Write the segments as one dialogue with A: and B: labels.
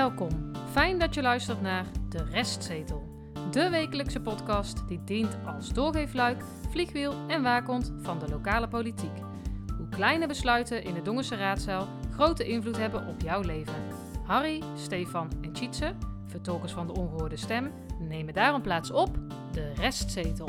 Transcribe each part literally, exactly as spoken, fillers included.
A: Welkom. Fijn dat je luistert naar De Restzetel. De wekelijkse podcast die dient als doorgeefluik, vliegwiel en waakhond van de lokale politiek. Hoe kleine besluiten in de Dongense raadzaal grote invloed hebben op jouw leven. Harry, Stefan en Tjitse, vertolkers van de ongehoorde stem, nemen daarom plaats op De Restzetel.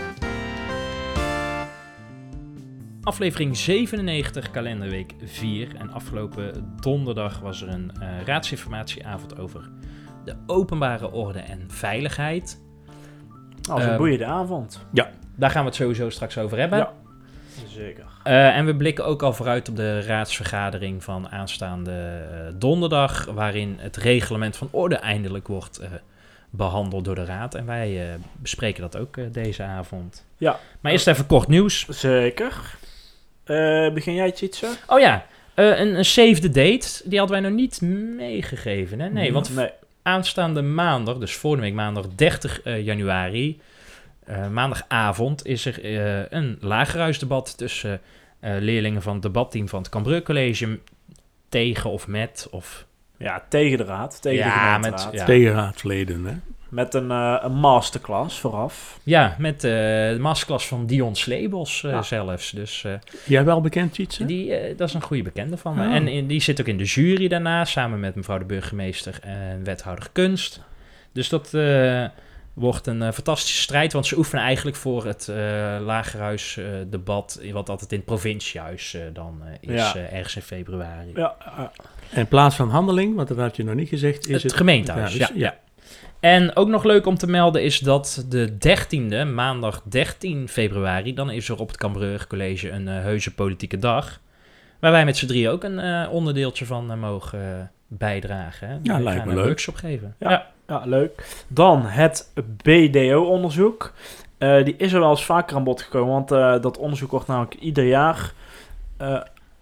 B: Aflevering zevenennegentig, kalenderweek vier. En afgelopen donderdag was er een uh, raadsinformatieavond over de openbare orde en veiligheid.
C: Als een
B: Uh,
C: boeiende avond.
B: Ja, daar gaan we het sowieso straks over hebben.
C: Ja, zeker.
B: Uh, en we blikken ook al vooruit op de raadsvergadering van aanstaande uh, donderdag, waarin het reglement van orde eindelijk wordt uh, behandeld door de raad. En wij uh, bespreken dat ook uh, deze avond.
C: Ja.
B: Maar eerst even kort nieuws.
C: Zeker. Uh, begin jij, Tjitse?
B: Oh ja, uh, een, een save the date, die hadden wij nog niet meegegeven. Hè? Nee, want
C: Nee.
B: aanstaande maandag, dus volgende week maandag dertig januari, uh, maandagavond, is er uh, een lagerhuisdebat tussen uh, leerlingen van het debatteam van het Cambreur College tegen of met of...
C: Ja, tegen de raad. Tegen
B: Ja,
C: de gemeenteraad.
B: met- ja.
D: Tegen raadsleden, hè?
C: Met een, uh, een masterclass vooraf.
B: Ja, met uh, de masterclass van Dion Slebos uh,
C: Ja.
B: zelfs. Dus uh,
D: Jij wel bekend, Tjitse?
B: die, uh, dat is een goede bekende van me.
D: Oh.
B: En in, die zit ook in de jury daarna, samen met mevrouw de burgemeester en wethouder kunst. Dus dat uh, wordt een uh, fantastische strijd, want ze oefenen eigenlijk voor het uh, lagerhuisdebat, uh, wat altijd in het provinciehuis uh, dan uh, is,
C: Ja.
B: uh, ergens in februari.
C: Ja, uh,
D: In plaats van handeling, want dat had je nog niet gezegd, is
B: het,
D: het...
B: gemeentehuis,
D: Ja,
B: ja,
D: dus-
B: ja. En ook nog leuk om te melden is dat de dertiende, maandag dertien februari, dan is er op het Cambreur College een uh, heuse politieke dag, waar wij met z'n drie ook een uh, onderdeeltje van uh, mogen uh, bijdragen. Hè?
D: Ja,
B: Wij
D: lijkt
B: gaan
D: me
B: een
D: leuk.
B: workshop geven.
C: Ja.
B: Ja.
C: ja, leuk. Dan het B D O-onderzoek. Uh, die is er wel eens vaker aan bod gekomen, want uh, dat onderzoek wordt namelijk ieder jaar uh,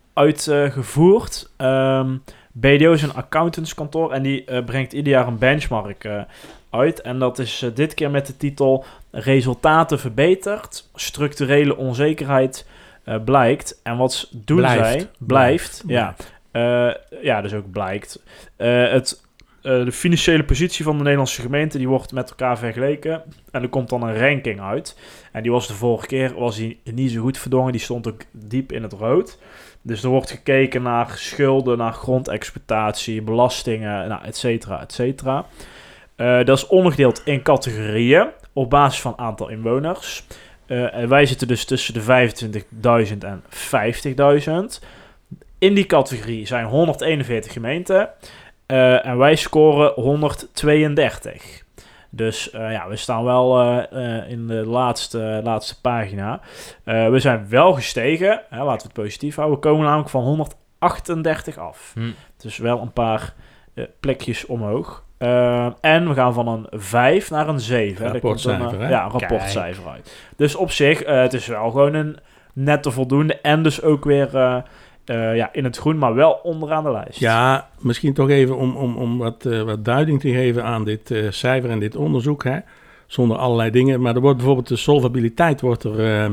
C: uitgevoerd. Uh, um, B D O is een accountantskantoor en die uh, brengt ieder jaar een benchmark uh, uit. En dat is uh, dit keer met de titel Resultaten verbeterd, structurele onzekerheid uh, blijkt. En wat doen
D: Blijft.
C: zij? Blijft,
D: Blijft.
C: ja. Uh, ja, dus ook blijkt. Uh, het, uh, de financiële positie van de Nederlandse gemeente die wordt met elkaar vergeleken. En er komt dan een ranking uit. En die was de vorige keer was die niet zo goed verdongen. Die stond ook diep in het rood. Dus er wordt gekeken naar schulden, naar grondexploitatie, belastingen, nou, et cetera, et cetera. Uh, dat is ondergedeeld in categorieën op basis van aantal inwoners. Uh, en wij zitten dus tussen de vijfentwintigduizend en vijftigduizend. In die categorie zijn honderdeenenveertig gemeenten. Uh, en wij scoren honderdtweeëndertig. Dus uh, ja, we staan wel uh, uh, in de laatste, laatste pagina. Uh, we zijn wel gestegen. Hè, laten we het positief houden. We komen namelijk van honderdachtendertig af.
B: Hm.
C: Dus wel een paar uh, plekjes omhoog. Uh, en we gaan van een vijf naar een zeven.
D: Rapportcijfer, hè?
C: Ja, een rapportcijfer uit. Dus op zich, uh, het is wel gewoon een nette voldoende. En dus ook weer uh, uh, ja, in het groen, maar wel onderaan de lijst.
D: Ja, misschien toch even om, om, om wat, uh, wat duiding te geven aan dit uh, cijfer en dit onderzoek, hè? Zonder allerlei dingen. Maar er wordt bijvoorbeeld de solvabiliteit wordt er uh,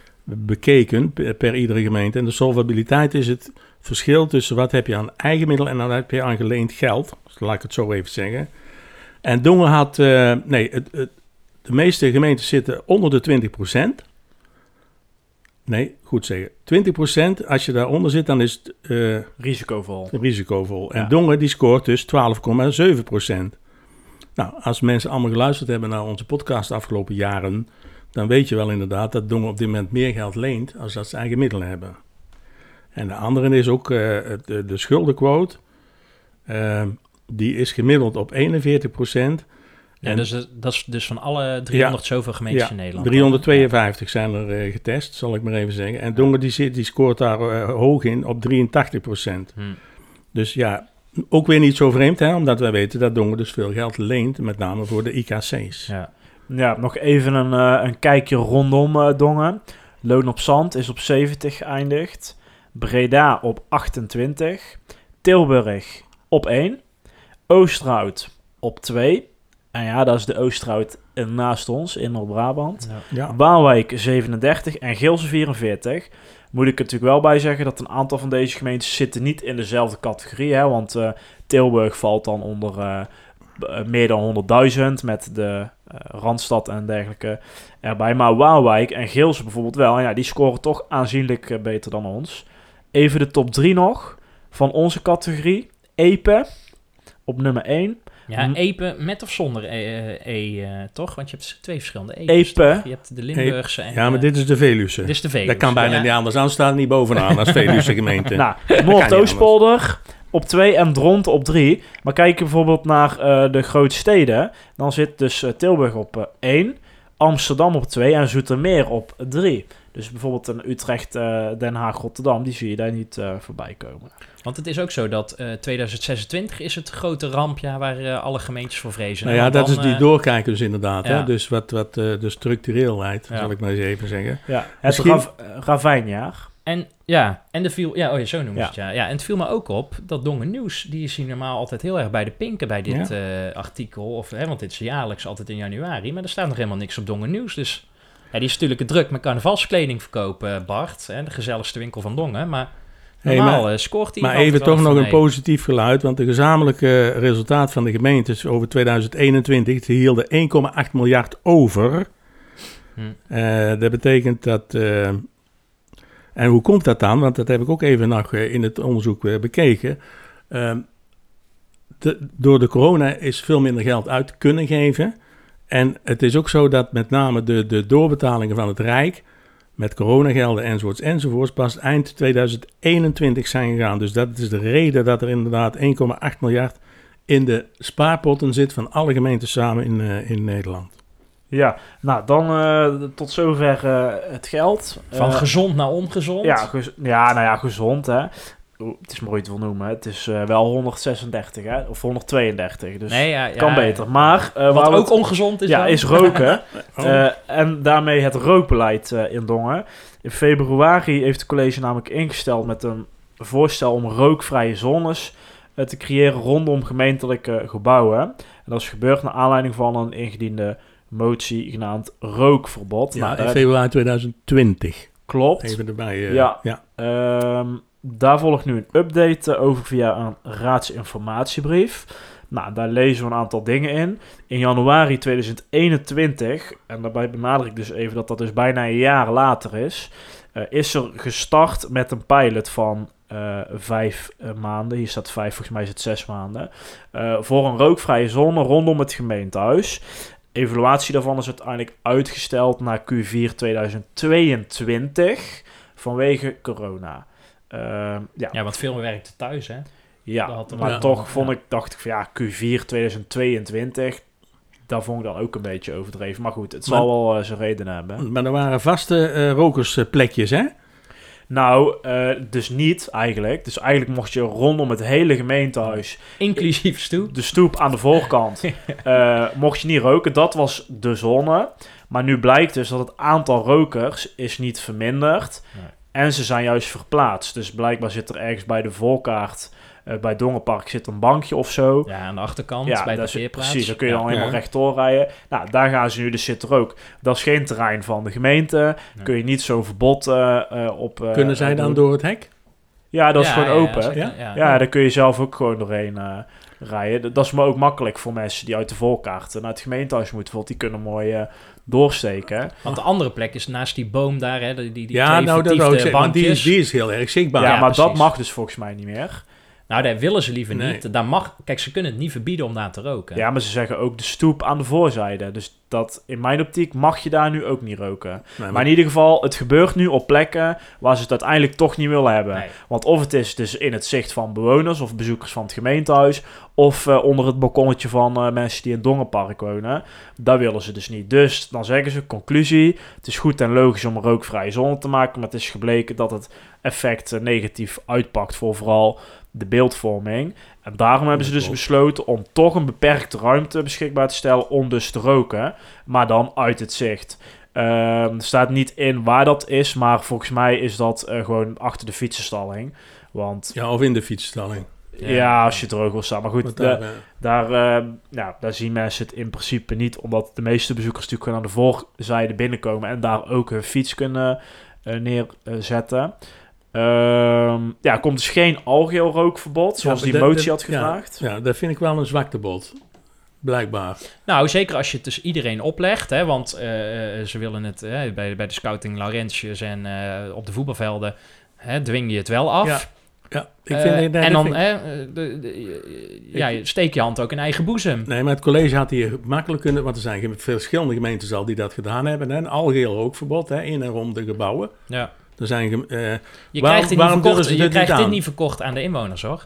D: bekeken per, per iedere gemeente. En de solvabiliteit is het verschil tussen wat heb je aan eigen middelen en wat heb je aan geleend geld. Dus laat ik het zo even zeggen. En Dongen had, uh, nee, het, het, de meeste gemeentes zitten onder de twintig procent. Nee, goed zeggen. twintig procent, als je daaronder zit, dan is het uh,
C: Risicovol.
D: risicovol. En
C: Ja.
D: Dongen die scoort dus twaalf komma zeven procent. Nou, als mensen allemaal geluisterd hebben naar onze podcast de afgelopen jaren, dan weet je wel inderdaad dat Dongen op dit moment meer geld leent als dat ze eigen middelen hebben. En de andere is ook uh, de, de schuldenquote. Uh, die is gemiddeld op eenenveertig procent.
B: Ja,
D: En-
B: dus, uh, dat is dus van alle driehonderd zoveel gemeentes
D: Ja,
B: in Nederland.
D: driehonderdtweeënvijftig zijn er uh, getest, zal ik maar even zeggen. En Dongen die, zit, die scoort daar uh, hoog in op drieëntachtig procent.
B: Hm.
D: Dus ja, ook weer niet zo vreemd, hè, omdat wij weten dat Dongen dus veel geld leent, met name voor de I K C's.
B: Ja.
C: Ja, nog even een, uh, een kijkje rondom uh, Dongen. Loon op Zand is op zeventig geëindigd. Breda op achtentwintig. Tilburg op één. Oosterhout op twee. En ja, dat is de Oosterhout naast ons in Noord-Brabant.
B: Ja.
D: Ja.
C: Waalwijk zevenendertig en Gilsen vierenveertig. moet ik er natuurlijk wel bij zeggen dat een aantal van deze gemeentes zitten niet in dezelfde categorie. Hè, want uh, Tilburg valt dan onder uh, b- meer dan honderdduizend met de uh, Randstad en dergelijke erbij. Maar Waalwijk en Geelse bijvoorbeeld wel. En ja, die scoren toch aanzienlijk uh, beter dan ons. Even de top drie nog van onze categorie. Epe op nummer één.
B: Ja,
C: Hm.
B: Epe met of zonder E, e uh, toch? Want je hebt twee verschillende Epes.
C: Epe.
B: Toch? Je hebt de Limburgse en...
D: Ja, maar
B: uh,
D: dit is de Veluwe.
B: dit is de Veluwe.
D: Dat kan bijna
B: ja.
D: niet anders. Anders staat het niet bovenaan als Veluwe gemeente.
C: Nou, Noordoostpolder op twee en Drenthe op drie. Maar kijk je bijvoorbeeld naar uh, de grote steden, dan zit dus uh, Tilburg op uh, één, Amsterdam op twee en Zoetermeer op drie. Dus bijvoorbeeld een Utrecht, uh, Den Haag, Rotterdam, die zie je daar niet uh, voorbij komen.
B: Want het is ook zo dat uh, tweeduizend zesentwintig is het grote rampjaar waar uh, alle gemeentes voor vrezen.
D: Nou ja,
B: Want
D: dat
B: dan,
D: is die
B: uh,
D: doorkijkers inderdaad.
B: ja.
D: Hè? Dus wat, wat uh, de structureelheid,
B: Ja.
D: zal ik maar eens even zeggen.
C: Ja, het
D: Misschien-
C: Rav- ravijnjaar.
B: En ja, en de viel, ja, oh ja, zo noemen ze
C: Ja.
B: het, ja. ja. En het viel me ook op dat Dongen Nieuws, die is hier normaal altijd heel erg bij de pinken bij dit
D: Ja.
B: uh, artikel. Of, hè, want dit is jaarlijks altijd in januari, maar er staat nog helemaal niks op Dongen Nieuws. Dus ja, die is natuurlijk druk met carnavalskleding verkopen, Bart. Hè, de gezelligste winkel van Dongen, maar
D: Hey,
B: normaal
D: maar-
B: uh, scoort hij
D: Maar
B: altijd
D: even
B: wel
D: toch nog
B: van
D: een
B: mee.
D: positief geluid, want de gezamenlijke resultaat van de gemeentes over tweeduizend eenentwintig, die hielden één komma acht miljard over.
B: Hm.
D: Uh, dat betekent dat... Uh, en hoe komt dat dan? Want dat heb ik ook even nog uh, in het onderzoek uh, bekeken. Uh, de, door de corona is veel minder geld uit kunnen geven. En het is ook zo dat met name de, de doorbetalingen van het Rijk, met coronagelden enzovoorts enzovoorts, pas eind tweeduizend eenentwintig zijn gegaan. Dus dat is de reden dat er inderdaad één komma acht miljard in de spaarpotten zit van alle gemeenten samen in, uh, in Nederland.
C: Ja, nou dan uh, tot zover uh, het geld.
B: Van
C: Uh,
B: gezond naar ongezond.
C: ja, gez- ja, nou ja, gezond hè. Oeh, het is mooi te wil noemen. Het is uh, wel honderdzesendertig hè, of honderdtweeëndertig. Dus
B: nee, ja, ja,
C: kan beter. Maar uh,
B: Wat
C: waar we
B: ook
C: het-
B: ongezond is
C: ja,
B: dan?
C: is roken.
D: Oh.
C: Uh, en daarmee het rookbeleid uh, in Dongen. In februari heeft het college namelijk ingesteld met een voorstel om rookvrije zones uh, te creëren rondom gemeentelijke gebouwen. En dat is gebeurd naar aanleiding van een ingediende motie genaamd rookverbod.
D: Ja,
C: Nou,
D: in
C: daar-
D: februari tweeduizend twintig.
C: klopt.
D: Even erbij. Uh,
C: Ja.
D: ja.
C: Ehm, daar volgt nu een update uh, over via een raadsinformatiebrief. Nou, daar lezen we een aantal dingen in. In januari tweeduizend eenentwintig, en daarbij benadruk ik dus even dat dat dus bijna een jaar later is, uh, is er gestart met een pilot van uh, vijf uh, maanden. Hier staat vijf, volgens mij is het zes maanden. Uh, voor een rookvrije zone rondom het gemeentehuis. Evaluatie daarvan is uiteindelijk uitgesteld naar Q vier tweeduizend tweeëntwintig vanwege corona. Uh, ja,
B: Ja, want veel werkte thuis, hè?
C: ja,
B: dat had er
C: maar
D: wel-
C: toch
B: ja.
C: vond ik, dacht ik van ja, Q vier tweeduizend tweeëntwintig, daar vond ik dan ook een beetje overdreven. Maar goed, het zal
D: Maar-
C: wel uh, zijn reden hebben.
D: Maar er waren vaste uh, rokersplekjes, hè?
C: Nou, uh, dus niet eigenlijk. Dus eigenlijk mocht je rondom het hele gemeentehuis,
B: Inclusief stoep.
C: de stoep aan de voorkant, uh, mocht je niet roken. Dat was de zone. Maar nu blijkt dus dat het aantal rokers is niet verminderd.
B: Nee.
C: En ze zijn juist verplaatst. Dus blijkbaar zit er ergens bij de voorkaart, uh, bij Dongenpark, zit een bankje of zo.
B: Ja, aan de achterkant,
C: Ja,
B: bij de
C: dat is-
B: parkeerplaats.
C: precies. Dan kun je dan
B: Ja.
C: helemaal
D: Ja.
C: rechtdoor rijden. Nou, daar gaan ze nu, dus zit er ook. Dat is geen terrein van de gemeente.
B: Nee.
C: Kun je niet zo'n verbod uh, uh, op... uh,
D: Kunnen zij dan
C: doen.
D: door het hek?
C: Ja, dat is
B: Ja,
C: gewoon
B: ja, ja,
C: open. Ja,
B: zeker, ja.
C: ja, daar kun je zelf ook gewoon doorheen uh, rijden. Dat- Dat is maar ook makkelijk voor mensen die uit de voorkaart naar het gemeentehuis moeten. Want die kunnen mooi uh, doorsteken.
B: Want de andere plek is naast die boom daar, hè, die, die die
D: Ja,
B: twee
D: nou, dat
B: vertiefde
D: wou ik zeggen, want die
B: bankjes.
D: is, die is heel erg zichtbaar.
C: Ja,
B: Ja,
C: maar dat
B: precies.
C: mag dus volgens mij niet meer.
B: Nou, daar willen ze liever
D: Nee.
B: niet. Daar mag, kijk, ze kunnen het niet verbieden om daar te roken.
C: Ja, maar ze zeggen ook de stoep aan de voorzijde. Dus dat, in mijn optiek mag je daar nu ook niet roken.
D: Nee,
C: Maar in ieder geval, het gebeurt nu op plekken waar ze het uiteindelijk toch niet willen hebben.
B: Nee.
C: Want of het is dus in het zicht van bewoners of bezoekers van het gemeentehuis, of uh, onder het balkonnetje van uh, mensen die in het Dongenpark wonen. Dat willen ze dus niet. Dus dan zeggen ze, conclusie, het is goed en logisch om een rookvrije zone te maken, maar het is gebleken dat het effect uh, negatief uitpakt voor vooral de beeldvorming. En daarom hebben ze dus
D: Klopt.
C: besloten om toch een beperkte ruimte beschikbaar te stellen om dus te roken, maar dan uit het zicht. Um, er staat niet in waar dat is, maar volgens mij is dat uh, gewoon achter de fietsenstalling. Want
D: Ja, of in de fietsstalling.
C: ja,
B: Ja.
C: als je droog wil staan. Maar goed,
D: Want
C: de-
D: daar, uh,
C: daar, uh, ja, daar zien mensen het in principe niet, omdat de meeste bezoekers natuurlijk gewoon aan de voorzijde binnenkomen en daar ook hun fiets kunnen uh, neerzetten. Um, ja, er komt dus geen algeheel rookverbod, zoals
D: Ja,
C: die
D: de-
C: motie
D: de-
C: had gevraagd.
D: Ja, ja, dat vind ik wel een zwaktebod. Blijkbaar.
B: Nou, zeker als je het dus iedereen oplegt, hè, want uh, ze willen het uh, bij, bij de scouting Laurentius en uh, op de voetbalvelden, hè, dwing je het wel af.
D: Ja, ja ik
B: Uh,
D: vind... dat
B: en dan
D: vind ik-
B: hè, de, de, ja, je steek je hand ook in eigen boezem.
D: Nee, maar het college had hier makkelijk kunnen... Want er zijn ge- verschillende gemeentes al die dat gedaan hebben. Hè, een algeheel rookverbod, hè, in en rond de gebouwen.
B: Ja.
D: Er zijn... ge- uh,
B: Je
D: Waarom-
B: krijgt, dit, niet
D: waarom durven
B: verkocht,
D: ze
B: je
D: dit
B: krijgt
D: niet
B: dit
D: aan?
B: niet verkocht aan de inwoners, hoor.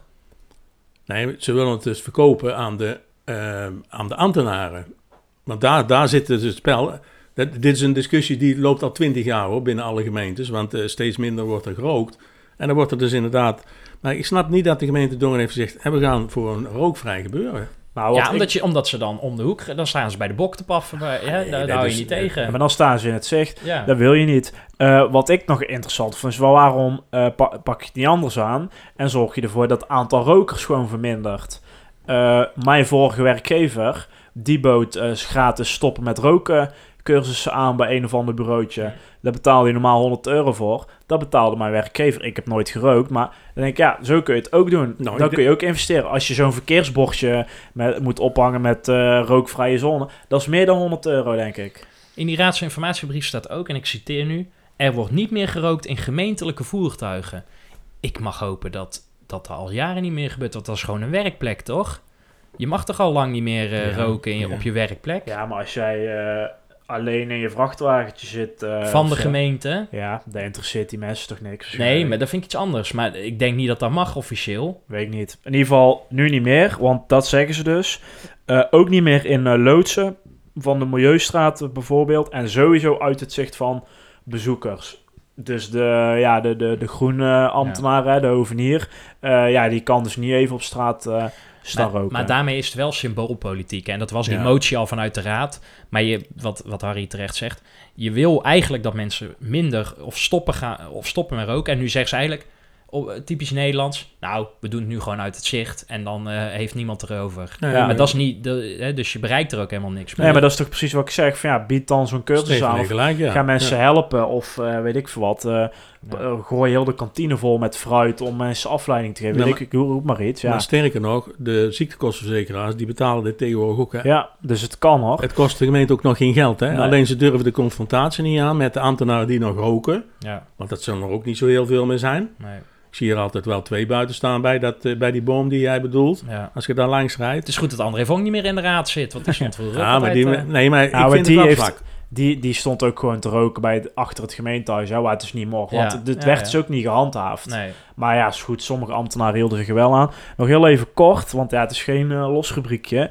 D: Nee, ze willen het dus verkopen aan de, uh, aan de ambtenaren. Want daar, daar zit dus het spel. Dat, dit is een discussie die loopt al twintig jaar hoor, binnen alle gemeentes. Want uh, steeds minder wordt er gerookt. En dan wordt er dus inderdaad... Maar ik snap niet dat de gemeente Dongen heeft gezegd... we gaan voor een rookvrij gebeuren.
C: Nou,
B: Ja,
C: wat
B: omdat,
C: ik-
B: je, omdat ze dan om de hoek... Dan staan ze bij de bok te paffen. Maar, ja,
D: nee,
B: daar,
D: dat
B: daar hou je
D: is-
B: niet
D: ja,
B: tegen.
C: Ja, maar dan staan ze in het zicht.
B: Ja.
C: Dat wil je niet. Uh, wat ik nog interessant vind, is wel waarom uh, pa- pak je het niet anders aan en zorg je ervoor dat het aantal rokers gewoon vermindert. Uh, mijn vorige werkgever, die bood uh, gratis stoppen met roken cursussen aan bij een of ander bureautje.
B: Ja.
C: Daar betaalde je normaal honderd euro voor. Dat betaalde mijn werkgever. Ik heb nooit gerookt, maar dan denk ik, ja, zo kun je het ook doen.
D: Nou,
C: dan
D: ik
C: kun je ook investeren. Als je zo'n verkeersbordje met, moet ophangen met uh, rookvrije zone, dat is meer dan honderd euro, denk ik.
B: In die raadsinformatiebrief staat ook, en ik citeer nu... Er wordt niet meer gerookt in gemeentelijke voertuigen. Ik mag hopen dat dat al jaren niet meer gebeurt. Want dat is gewoon een werkplek, toch? Je mag toch al lang niet meer uh,
D: Ja,
B: roken in je,
D: ja.
B: op je werkplek?
C: Ja, maar als jij uh, alleen in je vrachtwagentje zit... Uh,
B: Van de
C: of, uh,
B: gemeente?
C: Ja, dat interesseert die mensen toch niks?
B: Nee, maar dat vind ik iets anders. Maar ik denk niet dat dat mag officieel.
C: Weet ik niet. In ieder geval nu niet meer, want dat zeggen ze dus. Uh, ook niet meer in uh, loodsen van de Milieustraat bijvoorbeeld. En sowieso uit het zicht van bezoekers. Dus de, ja, de, de, de groene ambtenaar, ja. de hovenier, uh, ja, die kan dus niet even op straat uh, staan
B: maar,
C: roken.
B: Maar daarmee is het wel symboolpolitiek. En dat was die
D: Ja.
B: motie al vanuit de raad. Maar je, wat, wat Harry terecht zegt, je wil eigenlijk dat mensen minder of stoppen, gaan, of stoppen met roken. En nu zeggen ze eigenlijk, oh, typisch Nederlands, nou, we doen het nu gewoon uit het zicht. En dan uh, heeft niemand erover.
D: Nee,
C: Ja,
B: Maar dat is niet, de, hè, dus je bereikt er ook helemaal niks mee.
C: Nee, maar dat is toch precies wat ik zeg. Van, ja, bied dan zo'n cursus
D: Steven
C: aan.
D: heeft
C: Of
D: gelijk, ja.
C: ga mensen
D: Ja.
C: helpen. Of uh, weet ik veel wat. Uh,
B: Ja.
C: uh, gooi heel de kantine vol met fruit om mensen afleiding te geven.
D: Ja,
C: weet
D: maar-
C: ik, ik roep maar iets. Ja.
D: Maar sterker nog, de ziektekostenverzekeraars... die betalen dit tegenwoordig ook. Hè?
C: ja, dus het kan hoor.
D: Het kost de gemeente ook nog geen geld. Hè?
C: Nee.
D: Alleen ze durven de confrontatie niet aan... met de ambtenaren die nog roken.
B: Ja,
D: Want dat zullen er ook niet zo heel veel meer zijn.
B: nee,
D: Ik zie hier altijd wel twee buiten staan bij, dat, uh, bij die boom die jij bedoelt.
B: ja.
D: Als je daar langs rijdt.
B: Het is goed dat André Vonk niet meer in de raad zit. Want die stond vroeger ook
D: Ja, maar die,
B: altijd, uh,
D: nee, maar ik
C: maar
D: vind
C: die
D: het wel
C: heeft-
D: zwak.
C: Die, die stond ook gewoon te roken bij het, achter het gemeentehuis. Hè, waar het dus niet mocht. Want
B: Ja.
C: dit
B: Ja,
C: werd
B: ja.
C: dus ook niet gehandhaafd.
B: nee.
C: Maar ja, is goed. Sommige ambtenaren hielden zich er wel aan. Nog heel even kort, want ja, het is geen uh, los rubriekje.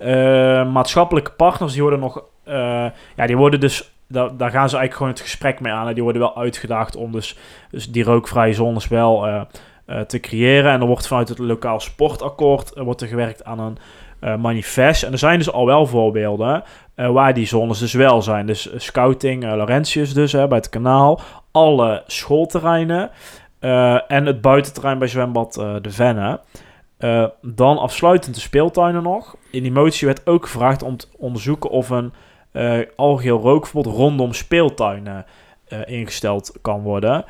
C: Uh, maatschappelijke partners, die worden nog... Uh, ja, die worden dus... Daar, daar gaan ze eigenlijk gewoon het gesprek mee aan. En die worden wel uitgedaagd om dus, dus die rookvrije zones wel uh, uh, te creëren. En er wordt vanuit het lokaal sportakkoord uh, wordt er gewerkt aan een uh, manifest. En er zijn dus al wel voorbeelden uh, waar die zones dus wel zijn. Dus uh, scouting, uh, Laurentius dus, hè, bij het kanaal. Alle schoolterreinen. Uh, en het buitenterrein bij zwembad uh, De Venne. Uh, dan afsluitend de speeltuinen nog. In die motie werd ook gevraagd om te onderzoeken of een uh, algeheel rookverbod rondom speeltuinen uh, ingesteld kan worden.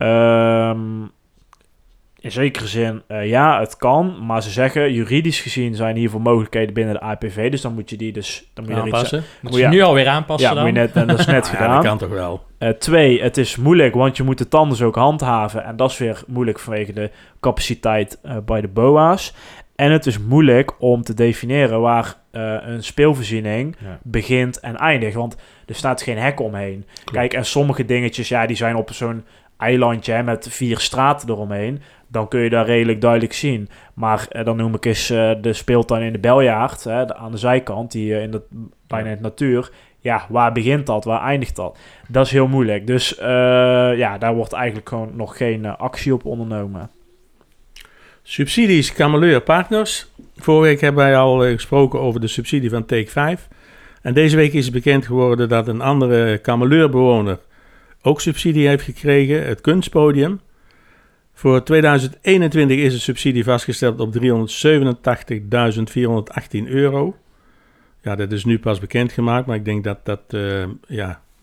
C: Um, in zekere zin, uh, ja, het kan. Maar ze zeggen, juridisch gezien zijn hiervoor mogelijkheden binnen de A P V. Dus dan moet je die dus... Dan moet je er iets
D: Aanpassen.
B: Moet
C: Moet
B: je
C: je-
B: nu alweer aanpassen
C: ja,
B: dan?
C: moet je net, en dat is net
D: Ah, ja,
C: gedaan.
D: dat kan toch wel.
C: Uh, twee, het is moeilijk, want je moet de tanden ook handhaven. En dat is weer moeilijk vanwege de capaciteit uh, bij de B O A's. En het is moeilijk om te definiëren waar uh, een speelvoorziening
B: Ja.
C: begint en eindigt. Want er staat geen hek omheen. Kijk, en sommige dingetjes, ja, die zijn op zo'n eilandje hè, met vier straten eromheen. Dan kun je daar redelijk duidelijk zien. Maar uh, dan noem ik eens uh, de speeltuin in de Beljaard, hè, de, aan de zijkant, die uh, in de, bijna in het natuur. Ja, waar begint dat? Waar eindigt dat? Dat is heel moeilijk. Dus uh, ja, daar wordt eigenlijk gewoon nog geen uh, actie op ondernomen.
D: Subsidies, Kameleur Partners. Vorige week hebben wij al uh, gesproken over de subsidie van Take vijf. En deze week is bekend geworden dat een andere Kameleur-bewoner ook subsidie heeft gekregen, het Kunstpodium. Voor tweeduizend eenentwintig is de subsidie vastgesteld op driehonderdzevenentachtigduizend vierhonderdachttien euro. Ja, dat is nu pas bekendgemaakt, maar ik denk dat dat, uh, ja,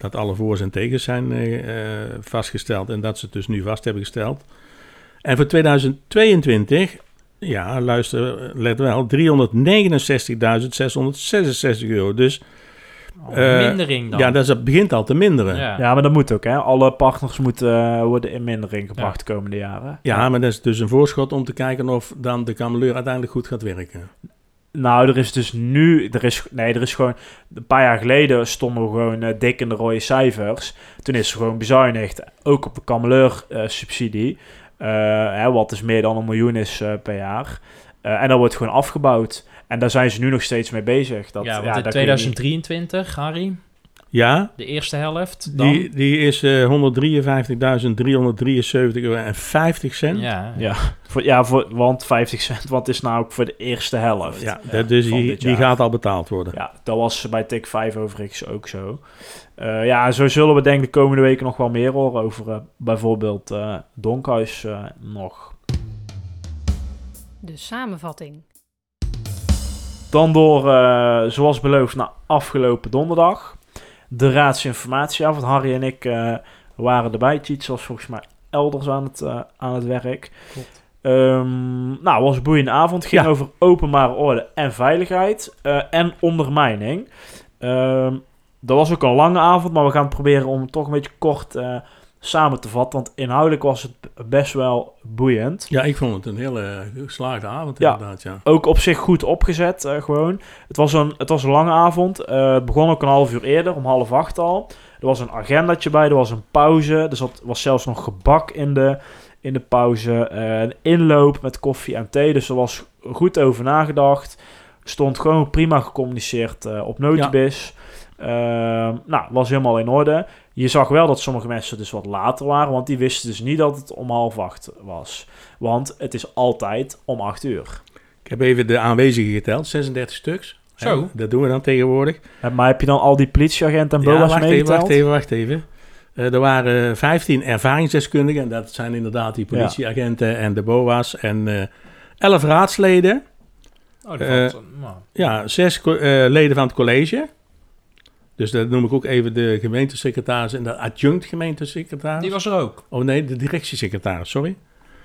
D: dat alle voor's en tegens zijn uh, vastgesteld en dat ze het dus nu vast hebben gesteld. En voor tweeduizend tweeëntwintig, ja, luister, let wel, driehonderdnegenenzestigduizend zeshonderdzesenzestig euro. Dus
B: Oh, een
D: uh,
B: mindering dan.
D: ja, dat is, begint al te minderen.
B: Ja.
C: Ja, maar dat moet ook, hè. Alle partners moeten uh, worden in mindering gebracht
B: Ja.
C: de komende jaren.
D: Ja, maar dat is dus een voorschot om te kijken of dan de kameleur uiteindelijk goed gaat werken.
C: Nou, er is dus nu... Er is, nee, er is gewoon... Een paar jaar geleden stonden we gewoon uh, dik in de rode cijfers. Toen is er gewoon bezuinigd. Ook op de kameleur-subsidie. Uh, hè, wat dus meer dan een miljoen is uh, per jaar. Uh, en dat wordt gewoon afgebouwd. En daar zijn ze nu nog steeds mee bezig. Dat,
B: ja, want
C: ja,
B: in
C: daar
B: tweeduizend drieëntwintig, Harry,
D: Ja,
B: de eerste helft, dan...
D: die, die is uh, honderddrieënvijftigduizend driehonderddrieënzeventig euro en vijftig cent.
B: Ja,
C: Ja, voor, ja voor, want vijftig cent, wat is nou ook voor de eerste helft?
D: Ja, dat, dus
C: van
D: die,
C: dit
D: die
C: jaar.
D: gaat al betaald worden.
C: Ja, dat was bij Tik vijf overigens ook zo. Uh, ja, zo zullen we denk ik de komende weken nog wel meer horen over uh, bijvoorbeeld uh, Donkhuis uh, nog.
A: De samenvatting.
C: Dan door, uh, zoals beloofd, naar afgelopen donderdag. De raadsinformatieavond. Harry en ik uh, waren erbij. Tjits was volgens mij elders aan het, uh, aan het werk.
B: Klopt.
C: Um, nou, het was een boeiende avond. Ging
D: Ja.
C: over openbare orde en veiligheid uh, en ondermijning. Um, dat was ook een lange avond, maar we gaan proberen om het toch een beetje kort uh, samen te vatten. Want inhoudelijk was het best wel boeiend.
D: Ja, ik vond het een hele geslaagde avond
C: Ja.
D: inderdaad, ja.
C: Ook op zich goed opgezet, uh, gewoon. Het was, een, het was een lange avond. Uh, het begon ook een half uur eerder, om half acht al. Er was een agendaatje bij, er was een pauze. Er zat, was zelfs nog gebak in de, in de pauze. Uh, een inloop met koffie en thee. Dus er was goed over nagedacht. Stond gewoon prima gecommuniceerd uh, op Notibis. Uh, nou, was helemaal in orde. Je zag wel dat sommige mensen dus wat later waren, want die wisten dus niet dat het om half acht was. Want het is altijd om acht uur.
D: Ik heb even de aanwezigen geteld, zesendertig stuks.
B: Zo.
D: Hè, dat doen we dan tegenwoordig.
C: Uh, maar heb je dan al die politieagenten en
D: Ja,
C: boa's
D: wacht even,
C: meegeteld?
D: wacht even, wacht even. Uh, er waren vijftien ervaringsdeskundigen, en dat zijn inderdaad die politieagenten en de boa's. En uh, elf raadsleden.
B: Oh, dat
D: Uh,
B: valt, nou,
D: Ja, zes co- uh, leden van het college. Dus dat noem ik ook even de gemeentesecretaris en de adjunct gemeentesecretaris.
B: die was er ook.
D: Oh nee, de directiesecretaris, sorry.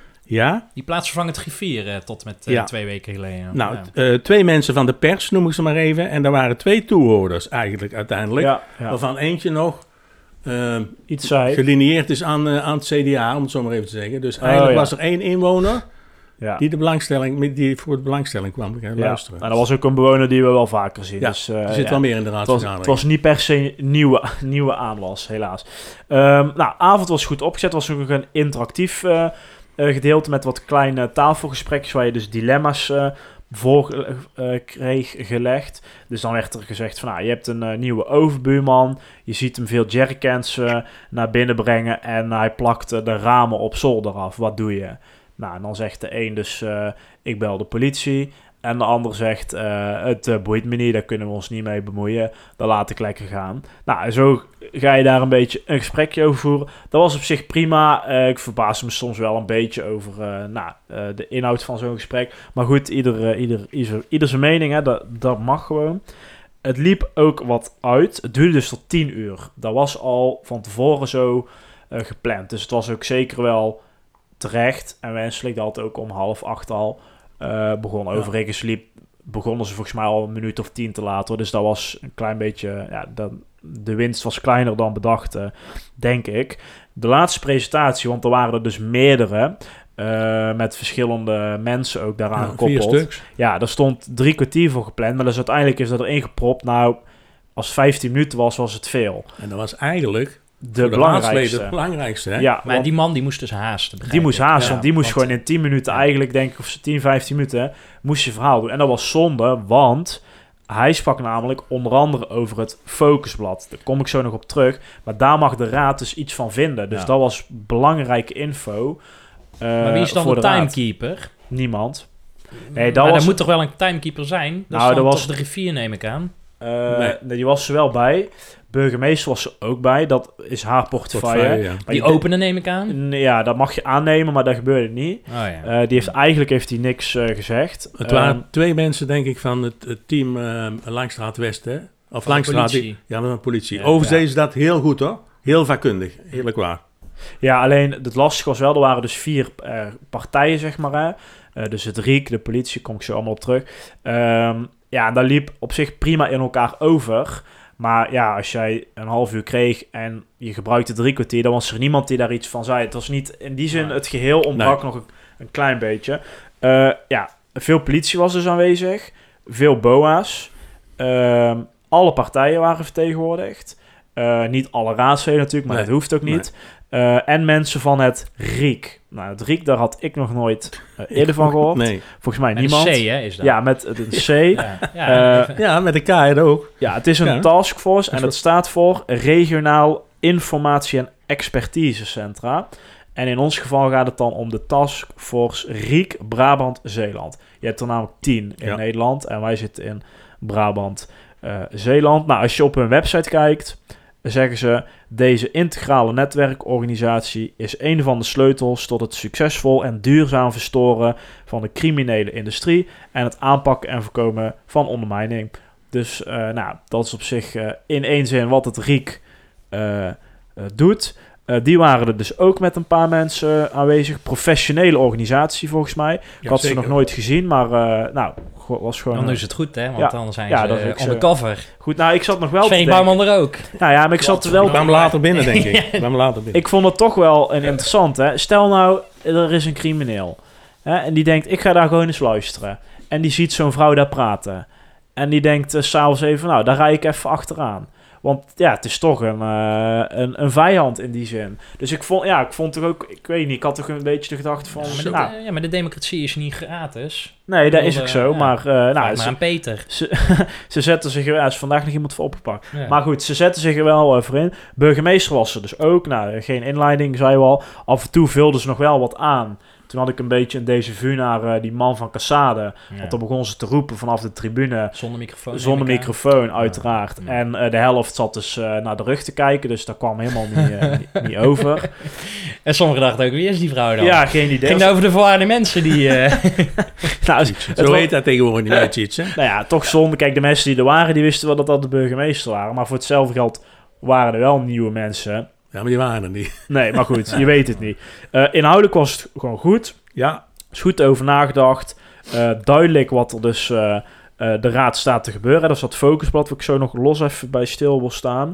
D: Ja,
B: Die plaatsvervangend griffier uh, tot met uh,
D: Ja.
B: twee weken geleden.
D: nou,
B: Ja.
D: t- uh, twee mensen van de pers noem ik ze maar even. En er waren twee toehoorders eigenlijk uiteindelijk.
C: Ja, ja.
D: Waarvan eentje nog uh,
C: Iets zei.
D: gelineerd is aan, uh, aan het C D A, om het zo maar even te zeggen. Dus eigenlijk
C: ja.
D: was er één inwoner
C: Ja.
D: die, de belangstelling, die voor de belangstelling kwam gaan
C: Ja.
D: luisteren.
C: Nou, dat was ook een bewoner die we wel vaker zien.
D: Ja,
C: dus, uh,
D: er zit
C: ja.
D: wel meer in de
C: Het was,
D: raadsvergadering.
C: het was niet per se nieuwe, nieuwe aanwas, helaas. Um, nou, avond was goed opgezet. was ook een interactief uh, uh, gedeelte met wat kleine tafelgesprekjes waar je dus dilemma's uh, voor uh, kreeg gelegd. Dus dan werd er gezegd van, nou, je hebt een uh, nieuwe overbuurman. Je ziet hem veel jerrycans uh, naar binnen brengen en hij plakt uh, de ramen op zolder af. Wat doe je? Nou, en dan zegt de een dus, uh, ik bel de politie. En de ander zegt, uh, het uh, boeit me niet, daar kunnen we ons niet mee bemoeien. Dan laat ik lekker gaan. Nou, en zo ga je daar een beetje een gesprekje over voeren. Dat was op zich prima. Uh, ik verbaasde me soms wel een beetje over uh, nou, uh, de inhoud van zo'n gesprek. Maar goed, ieder, uh, ieder, ieder, ieder zijn mening, hè, dat, dat mag gewoon. Het liep ook wat uit. Het duurde dus tot tien uur. Dat was al van tevoren zo uh, gepland. Dus het was ook zeker wel terecht en wenselijk dat het ook om half acht al uh, begon.
D: Ja.
C: Overigens liep, begonnen ze volgens mij al een minuut of tien te later. Dus dat was een klein beetje... Ja, dat, de winst was kleiner dan bedacht, uh, denk ik. De laatste presentatie, want er waren er dus meerdere... Uh, met verschillende mensen ook daaraan
D: Ja,
C: gekoppeld.
D: vier stuks.
C: Ja, daar stond drie kwartier voor gepland. Maar dus uiteindelijk is dat erin gepropt. Nou, als vijftien minuten was, was het veel.
D: En dat was eigenlijk
C: De,
D: voor
C: belangrijkste.
D: raadsleden het belangrijkste. Hè?
C: Ja,
B: Maar
C: want-
B: die man die moest dus haasten. begrijp
C: die moest
B: ik.
C: haasten,
D: Ja,
C: want die moest
B: want-
C: gewoon in tien minuten
B: ja.
C: eigenlijk, denk ik, of tien, vijftien minuten, moest je verhaal doen. En dat was zonde, want hij sprak namelijk onder andere over het focusblad. Daar kom ik zo nog op terug. Maar daar mag de raad dus iets van vinden. Dus
B: Ja.
C: dat was belangrijke info. uh,
B: Maar wie is dan
C: voor
B: de
C: de raad.
B: timekeeper?
C: Niemand. Nee, dat
B: maar
C: was-
B: er moet toch wel een timekeeper zijn? Dat
C: Nou,
B: is dan
C: er was-
B: toch de griffier, neem ik aan.
C: Uh,
D: Nee.
C: nee, die was er wel bij. Burgemeester was er ook bij. Dat is haar portefeuille.
D: Portefeuille, ja.
C: Maar
B: Die
C: je-
B: openen, neem ik aan.
C: Nee, Ja, dat mag je aannemen, maar dat gebeurde niet.
B: Oh ja.
C: Uh, die heeft, eigenlijk heeft hij niks uh, gezegd.
D: Het waren
C: Um,
D: twee mensen, denk ik, van het, het team uh, Langstraat West, hè? Of
B: Van
D: langs
B: de
D: de straat.
B: politie.
D: Ja, van de politie.
B: Ja,
D: Overigens
B: ja.
D: deden ze dat heel goed hoor. Heel vakkundig, eerlijk waar.
C: Ja, alleen het lastige was wel, er waren dus vier uh, partijen, zeg maar. Hè. Uh, dus het R I C, de politie, kom ik zo allemaal op terug. Um, ja, en dat liep op zich prima in elkaar over. Maar ja, als jij een half uur kreeg en je gebruikte drie kwartier, dan was er niemand die daar iets van zei. Het was niet, in die zin, het geheel ontbrak nee. nog een, een klein beetje. Uh, ja, veel politie was dus aanwezig. Veel B O A's. Uh, alle partijen waren vertegenwoordigd. Uh, niet alle raadsleden natuurlijk, maar nee. dat hoeft ook niet. Nee. Uh, en mensen van het R I C. Nou, het R I C, daar had ik nog nooit uh, eerder van gehoord. Nee. Volgens mij
B: met
C: niemand.
B: Een C, hè, is dat?
C: Ja, met een C.
B: ja, ja,
D: uh, ja, met een K ook.
C: Ja, het is een ja. taskforce en dat staat voor Regionaal Informatie- en Expertisecentra. En in ons geval gaat het dan om de taskforce R I C Brabant-Zeeland. Je hebt er namelijk tien in ja. Nederland en wij zitten in Brabant-Zeeland. Uh, nou, als je op hun website kijkt, zeggen ze: deze integrale netwerkorganisatie is een van de sleutels tot het succesvol en duurzaam verstoren van de criminele industrie en het aanpakken en voorkomen van ondermijning. Dus uh, nou, dat is op zich uh, in één zin wat het R I C uh, uh, doet. Uh, die waren er dus ook met een paar mensen aanwezig. Professionele organisatie volgens mij. Ik ja, had zeker. ze nog nooit gezien, maar uh, nou, was gewoon...
B: Dan is het goed, hè? Want ja, dan zijn
C: ja,
B: ze uh, undercover.
C: Goed, nou, ik zat nog wel
B: Sven Bouwman er ook.
C: Nou ja, maar ik zat wel...
D: Ik kwam later binnen, denk ik. Ik kwam later binnen.
C: Ik vond het toch wel een interessant, hè. Stel nou, er is een crimineel. Hè, en die denkt, ik ga daar gewoon eens luisteren. En die ziet zo'n vrouw daar praten. En die denkt uh, s'avonds even, nou, daar rij ik even achteraan. Want ja, het is toch een, uh, een, een vijand in die zin. Dus ik vond, ja, ik vond toch ook, ik weet niet, ik had toch een beetje de gedachte van...
B: Ja, maar de,
C: nou,
B: ja, maar de democratie is niet gratis.
C: Nee, dat is ook zo, ja, maar... Uh, nou,
B: maar
C: ze,
B: aan Peter.
C: Ze, ze zetten zich er... Ja, is vandaag nog iemand voor opgepakt. Ja. Maar goed, ze zetten zich er wel uh, voor in. Burgemeester was er dus ook. Nou, geen inleiding, zei we al. Af en toe vulden ze nog wel wat aan. Toen had ik een beetje een déjà vu naar uh, die man van Cassade. Ja. Want dan begon ze te roepen vanaf de tribune.
B: Zonder microfoon.
C: Zonder microfoon, uiteraard. Ja. Ja. En uh, de helft zat dus uh, naar de rug te kijken. Dus dat kwam helemaal niet, uh, niet, niet over.
B: En sommigen dachten ook, wie is die vrouw dan?
C: Ja, geen idee.
B: Ging over de verwarde mensen die... Uh...
C: nou,
D: zo heet dat tegenwoordig niet uit iets, hè?
C: Nou ja, toch zonde. Kijk, de mensen die er waren, die wisten wel dat dat de burgemeester waren. Maar voor hetzelfde geld waren er wel nieuwe mensen.
D: Ja, maar die waren er niet.
C: Nee, maar goed, je weet het niet. Uh, inhoudelijk was het gewoon goed.
D: Ja.
C: Is goed over nagedacht. Uh, duidelijk wat er dus uh, uh, de raad staat te gebeuren. Dat is dat focusblad waar ik zo nog los even bij stil wil staan.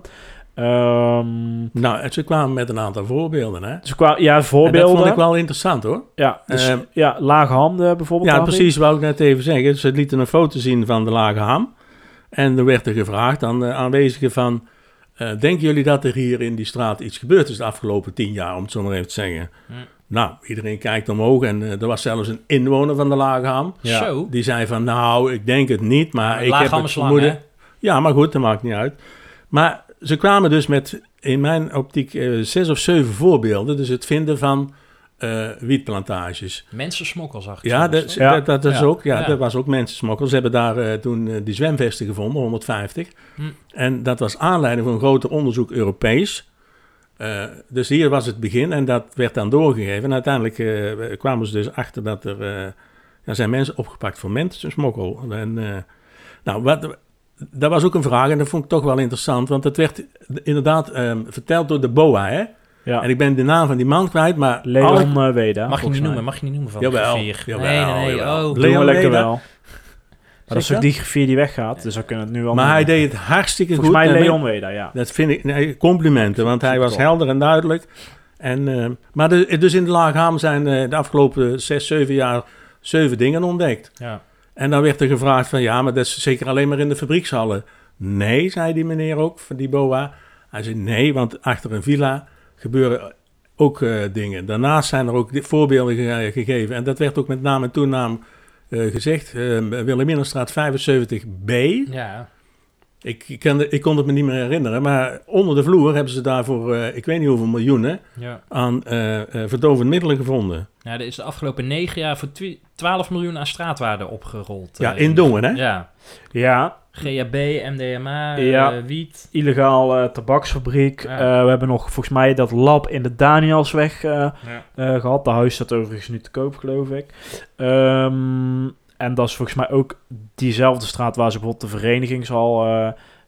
C: Um,
D: nou, en ze kwamen met een aantal voorbeelden, hè?
C: Ze kwamen, ja, voorbeelden.
D: En dat vond ik wel interessant, hoor.
C: Ja, dus um, ja, lage handen bijvoorbeeld.
D: Ja, precies, wou ik net even zeggen. Ze lieten een foto zien van de lage ham. En er werd er gevraagd aan de aanwezigen van... Uh, denken jullie dat er hier in die straat iets gebeurd is de afgelopen tien jaar, om het zo maar even te zeggen? Hm. Nou, iedereen kijkt omhoog en uh, er was zelfs een inwoner van de Lage Ham.
B: Ja. Zo.
D: Die zei van, nou, ik denk het niet, maar ik
B: Lage
D: heb
B: Ham
D: het
B: is lang,
D: vermoeden.
B: Hè?
D: Ja, maar goed, dat maakt niet uit. Maar ze kwamen dus met, in mijn optiek, uh, zes of zeven voorbeelden. Dus het vinden van uh, wietplantages.
B: Mensensmokkel, zag ik.
D: Ja, dat, ja. dat, dat, is
B: ja.
D: ook, ja,
B: ja.
D: dat was ook mensensmokkel. Ze hebben daar uh, toen uh, die zwemvesten gevonden, honderdvijftig. Hm. En dat was aanleiding voor een groter onderzoek Europees. Uh, dus hier was het begin en dat werd dan doorgegeven. En uiteindelijk uh, kwamen ze dus achter dat er... Uh, ja, zijn mensen opgepakt voor mensensmokkel. En, uh, nou, wat, dat was ook een vraag en dat vond ik toch wel interessant. Want het werd inderdaad um, verteld door de B O A, hè?
C: Ja.
D: En ik ben de naam van die man kwijt, maar...
C: Leon alle... Weda.
B: Mag je niet noemen, mag je niet noemen van
D: jawel,
B: de griffier.
D: Jawel,
B: nee, nee, nee.
D: jawel.
B: Oh,
C: Leon lekker
D: Weda.
C: wel. Maar dat is ook die griffier die weggaat, dus we kunnen het nu al...
D: Maar hij deed het hartstikke
C: Volgens
D: goed.
C: Volgens mij Leon Weda, ja.
D: Dat vind ik... Nee, complimenten, want hij was helder en duidelijk. En, uh, maar de, dus in de Lage Ham zijn uh, de afgelopen zes, zeven jaar zeven dingen ontdekt.
B: Ja.
D: En dan werd er gevraagd van, ja, maar dat is zeker alleen maar in de fabriekshallen. Nee, zei die meneer ook, van die B O A. Hij zei, nee, want achter een villa gebeuren ook uh, dingen. Daarnaast zijn er ook voorbeelden ge- gegeven. En dat werd ook met naam en toenaam uh, gezegd. Uh, Wilhelminastraat vijfenzeventig B.
B: Ja.
D: Ik, ik, kan de, ik kon het me niet meer herinneren, maar onder de vloer hebben ze daarvoor, uh, ik weet niet hoeveel miljoenen,
B: ja.
D: aan uh, uh, verdovende middelen gevonden.
B: Ja, er is de afgelopen negen jaar voor twaalf miljoen aan straatwaarde opgerold.
D: Ja,
B: uh,
D: in Dongen, hè?
B: Ja.
C: Ja.
B: G H B, M D M A,
C: ja.
B: uh, wiet.
C: Illegaal uh, tabaksfabriek.
B: Ja.
C: Uh, we hebben nog volgens mij dat lab in de Danielsweg uh, ja. uh, gehad. De huis staat overigens nu te koop, geloof ik. Um, en dat is volgens mij ook diezelfde straat waar ze bijvoorbeeld de verenigingshal uh,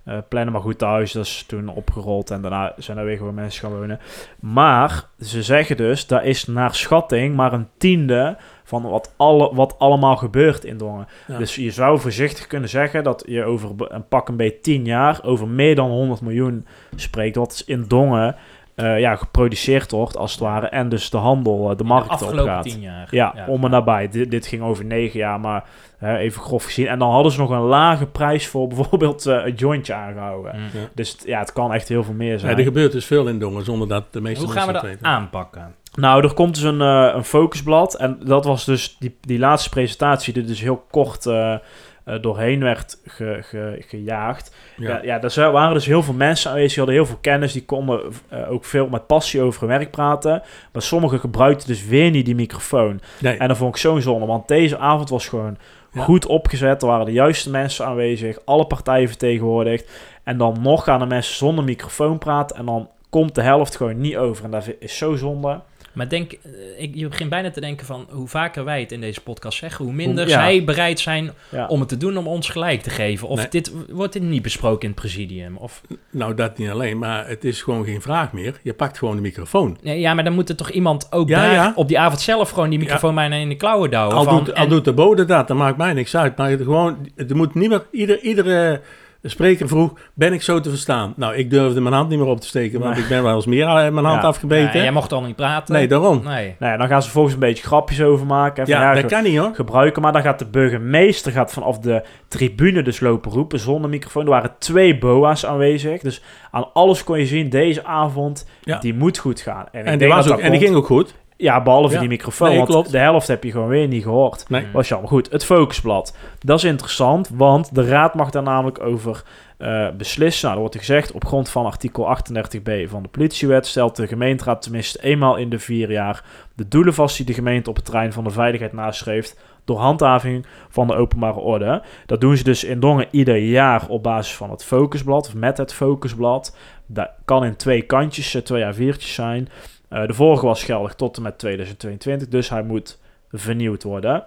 C: uh, plannen. Maar goed, thuis, dat is toen opgerold en daarna zijn er weer gewoon mensen gaan wonen. Maar ze zeggen dus, dat is naar schatting maar een tiende van wat, alle, wat allemaal gebeurt in Dongen. Ja. Dus je zou voorzichtig kunnen zeggen dat je over een pak een beetje tien jaar over meer dan honderd miljoen spreekt, wat in Dongen uh, ja, geproduceerd wordt, als het ware, en dus de handel, uh, de markt opgaat. De
B: afgelopen tien jaar.
C: Ja, ja, om en nabij. Dit, dit ging over negen jaar, maar uh, even grof gezien. En dan hadden ze nog een lage prijs voor bijvoorbeeld uh, een jointje aangehouden. Mm. Ja. Dus t- ja, het kan echt heel veel meer zijn.
D: Ja, er gebeurt dus veel in Dongen, zonder dat de meeste
B: Hoe
D: mensen
B: gaan we dat aanpakken?
C: Nou, er komt dus een, uh, een focusblad. En dat was dus die, die laatste presentatie, die dus heel kort uh, uh, doorheen werd ge, ge, gejaagd. Ja. Ja, ja, er waren dus heel veel mensen aanwezig, die hadden heel veel kennis. Die konden uh, ook veel met passie over hun werk praten. Maar sommigen gebruikten dus weer niet die microfoon. Nee. En dat vond ik zo'n zonde, want deze avond was gewoon ja. goed opgezet. Er waren de juiste mensen aanwezig, alle partijen vertegenwoordigd. En dan nog gaan de mensen zonder microfoon praten en dan komt de helft gewoon niet over. En dat is zo zonde.
B: Maar denk, ik, je begint bijna te denken van hoe vaker wij het in deze podcast zeggen, hoe minder ja. zij bereid zijn ja. om het te doen om ons gelijk te geven. Of nee. dit, wordt dit niet besproken in het presidium? Of...
D: Nou, dat niet alleen, maar het is gewoon geen vraag meer. Je pakt gewoon de microfoon.
B: Nee, ja, maar dan moet er toch iemand ook ja, daar ja. op die avond zelf gewoon die microfoon ja. bijna in de klauwen douwen.
D: Al,
B: van,
D: doet,
B: en...
D: al doet de bode dat, dan maakt mij niks uit. Maar het, gewoon, er moet niet meer, ieder, iedere... De spreker vroeg, ben ik zo te verstaan? Nou, ik durfde mijn hand niet meer op te steken, want nee. ik ben wel eens meer mijn hand ja. afgebeten.
B: Ja, jij mocht al niet praten.
D: Nee, daarom.
B: Nee.
C: Nee, dan gaan ze volgens een beetje grapjes over maken.
D: Ja, ja, dat ge- kan niet hoor.
C: Gebruiken, maar dan gaat de burgemeester gaat vanaf de tribune dus lopen roepen zonder microfoon. Er waren twee boa's aanwezig, dus aan alles kon je zien, deze avond, ja. die moet goed gaan.
D: En, en, die, was ook, en die ging ook goed.
C: Ja, behalve ja. die microfoon,
D: nee,
C: want
D: klopt.
C: de helft heb je gewoon weer niet gehoord.
D: Nee.
C: Was jammer. Goed, het focusblad. Dat is interessant, want de raad mag daar namelijk over uh, beslissen. Nou, er wordt gezegd, op grond van artikel achtendertig b van de politiewet stelt de gemeenteraad tenminste eenmaal in de vier jaar de doelen vast die de gemeente op het terrein van de veiligheid nastreeft door handhaving van de openbare orde. Dat doen ze dus in Dongen ieder jaar op basis van het focusblad, of met het focusblad. Dat kan in twee kantjes, twee A viertjes zijn. Uh, de vorige was geldig tot en met tweeduizend tweeëntwintig, dus hij moet vernieuwd worden.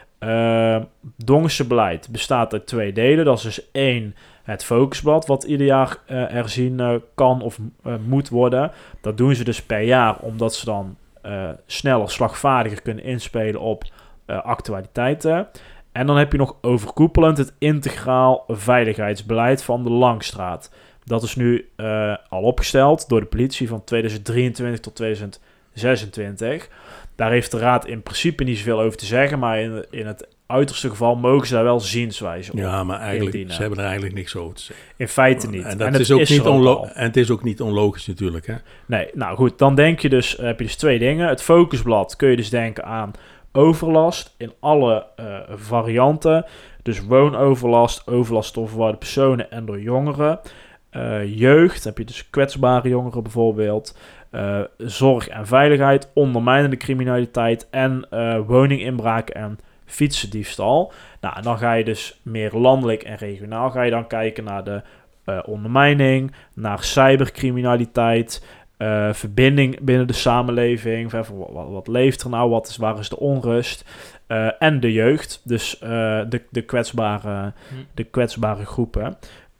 C: Uh, Dongense beleid bestaat uit twee delen. Dat is dus één, het focusblad, wat ieder jaar uh, herzien uh, kan of uh, moet worden. Dat doen ze dus per jaar, omdat ze dan uh, sneller, slagvaardiger kunnen inspelen op uh, actualiteiten. En dan heb je nog overkoepelend het integraal veiligheidsbeleid van de Langstraat. Dat is nu uh, al opgesteld door de politie van tweeduizend drieëntwintig tot tweeduizend zesentwintig. Daar heeft de raad in principe niet zoveel over te zeggen, maar in, in het uiterste geval mogen ze daar wel zienswijze op.
D: Ja, maar eigenlijk, ze hebben er eigenlijk niks over te zeggen.
C: In feite niet.
D: En, dat en, het, is ook is niet onlo- en het is ook niet onlogisch natuurlijk. Hè?
C: Nee, nou goed, dan denk je dus, heb je dus twee dingen. Het focusblad kun je dus denken aan overlast in alle uh, varianten. Dus woonoverlast, overlast door verwarde personen en door jongeren. Uh, jeugd, heb je dus kwetsbare jongeren bijvoorbeeld. Uh, zorg en veiligheid, ondermijnende criminaliteit en uh, woninginbraak en fietsendiefstal. Nou, en dan ga je dus meer landelijk en regionaal ga je dan kijken naar de uh, ondermijning, naar cybercriminaliteit, uh, verbinding binnen de samenleving. Wat, wat, wat leeft er nou? Wat is, waar is de onrust? Uh, en de jeugd, dus uh, de, de, kwetsbare, de kwetsbare groepen.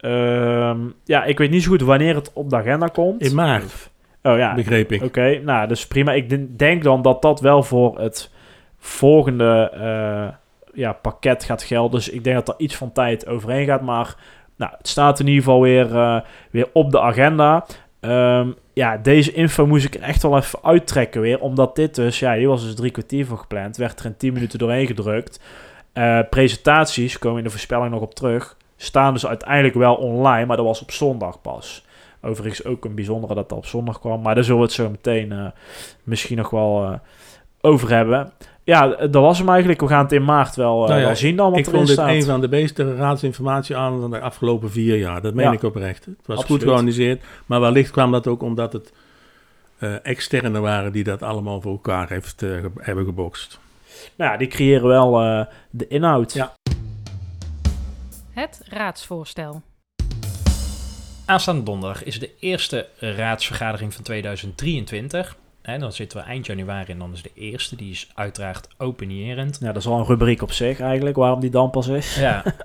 C: Uh, ja, ik weet niet zo goed wanneer het op de agenda komt.
D: In maart.
C: Oh ja,
D: begreep ik.
C: Oké, okay, nou, dus prima. Ik denk dan dat dat wel voor het volgende uh, ja, pakket gaat gelden. Dus ik denk dat er iets van tijd overheen gaat. Maar nou, het staat in ieder geval weer, uh, weer op de agenda. Um, ja, deze info moest ik echt wel even uittrekken weer. Omdat dit dus, ja, die was dus drie kwartier voor gepland. Werd er in tien minuten doorheen gedrukt. Uh, presentaties, komen in de voorspelling nog op terug, staan dus uiteindelijk wel online. Maar dat was op zondag pas. Overigens ook een bijzondere dat dat op zondag kwam. Maar daar zullen we het zo meteen uh, misschien nog wel uh, over hebben. Ja, dat was hem eigenlijk. We gaan het in maart wel, uh, nou ja, wel zien dan wat
D: ik
C: erin
D: staat. Ik
C: staat.
D: vond dit een van de beste raadsinformatie aan van de afgelopen vier jaar. Dat meen ja, ik oprecht. Het was absoluut goed georganiseerd. Maar wellicht kwam dat ook omdat het uh, externen waren die dat allemaal voor elkaar heeft, uh, ge- hebben gebokst.
C: Nou ja, die creëren wel uh, de inhoud.
D: Ja.
A: Het raadsvoorstel.
B: Aanstaande donderdag is de eerste raadsvergadering van tweeduizend drieëntwintig. En dan zitten we eind januari en dan is de eerste. Die is uiteraard opinierend.
C: Ja, dat is wel een rubriek op zich eigenlijk, waarom die dan pas is.
B: Ja.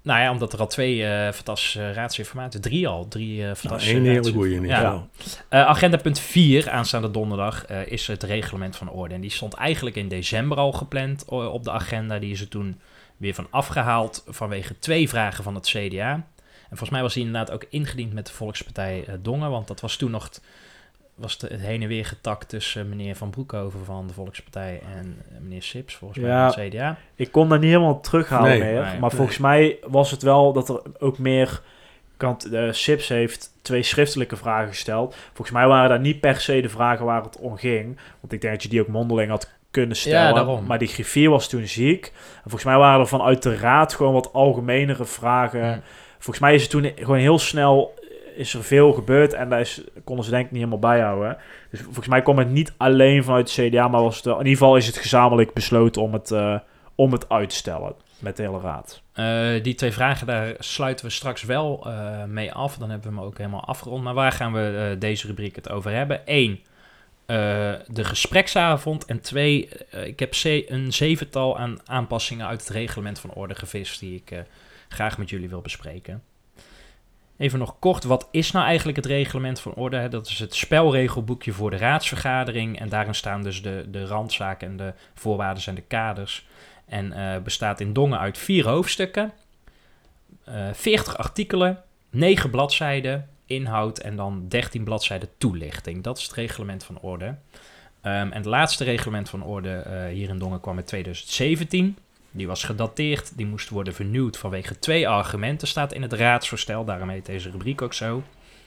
B: Nou ja, omdat er al twee uh, fantastische raadsinformatie, drie al, drie uh, fantastische
D: nou, één hele goeie in ieder geval.
B: Ja. Uh, agenda punt vier, aanstaande donderdag, uh, is het reglement van orde. En die stond eigenlijk in december al gepland uh, op de agenda. Die is er toen weer van afgehaald vanwege twee vragen van het C D A. En volgens mij was die inderdaad ook ingediend met de Volkspartij uh, Dongen, want dat was toen nog... T- was het heen en weer getakt tussen meneer Van Broekhoven van de Volkspartij en meneer Sips, volgens mij,
C: ja,
B: van het C D A.
C: Ik kon daar niet helemaal terughalen
D: nee,
C: meer.
B: Nee,
C: maar
B: nee.
C: volgens mij was het wel dat er ook meer... Kant, de Sips heeft twee schriftelijke vragen gesteld. Volgens mij waren dat niet per se de vragen waar het om ging. Want ik denk dat je die ook mondeling had kunnen stellen.
B: Ja, daarom.
C: Maar die griffier was toen ziek. En volgens mij waren er vanuit de raad gewoon wat algemenere vragen.
B: Hmm.
C: Volgens mij is het toen gewoon heel snel... is er veel gebeurd en daar is, konden ze denk ik niet helemaal bijhouden. Dus volgens mij kwam het niet alleen vanuit de C D A, maar was het, in ieder geval is het gezamenlijk besloten om het, uh, om het uit te stellen met de hele raad.
B: Uh, die twee vragen, daar sluiten we straks wel uh, mee af. Dan hebben we hem ook helemaal afgerond. Maar waar gaan we uh, deze rubriek het over hebben? Eén, uh, de gespreksavond. En twee, uh, ik heb ze- een zevental aan aanpassingen uit het reglement van orde gevist die ik uh, graag met jullie wil bespreken. Even nog kort, wat is nou eigenlijk het reglement van orde? Dat is het spelregelboekje voor de raadsvergadering. En daarin staan dus de, de randzaken en de voorwaarden en de kaders. En uh, bestaat in Dongen uit vier hoofdstukken, uh, veertig artikelen, negen bladzijden inhoud en dan dertien bladzijden toelichting. Dat is het reglement van orde. Um, en het laatste reglement van orde uh, hier in Dongen kwam in twintig zeventien. Die was gedateerd, die moest worden vernieuwd vanwege twee argumenten, staat in het raadsvoorstel. Daarom heet deze rubriek ook zo.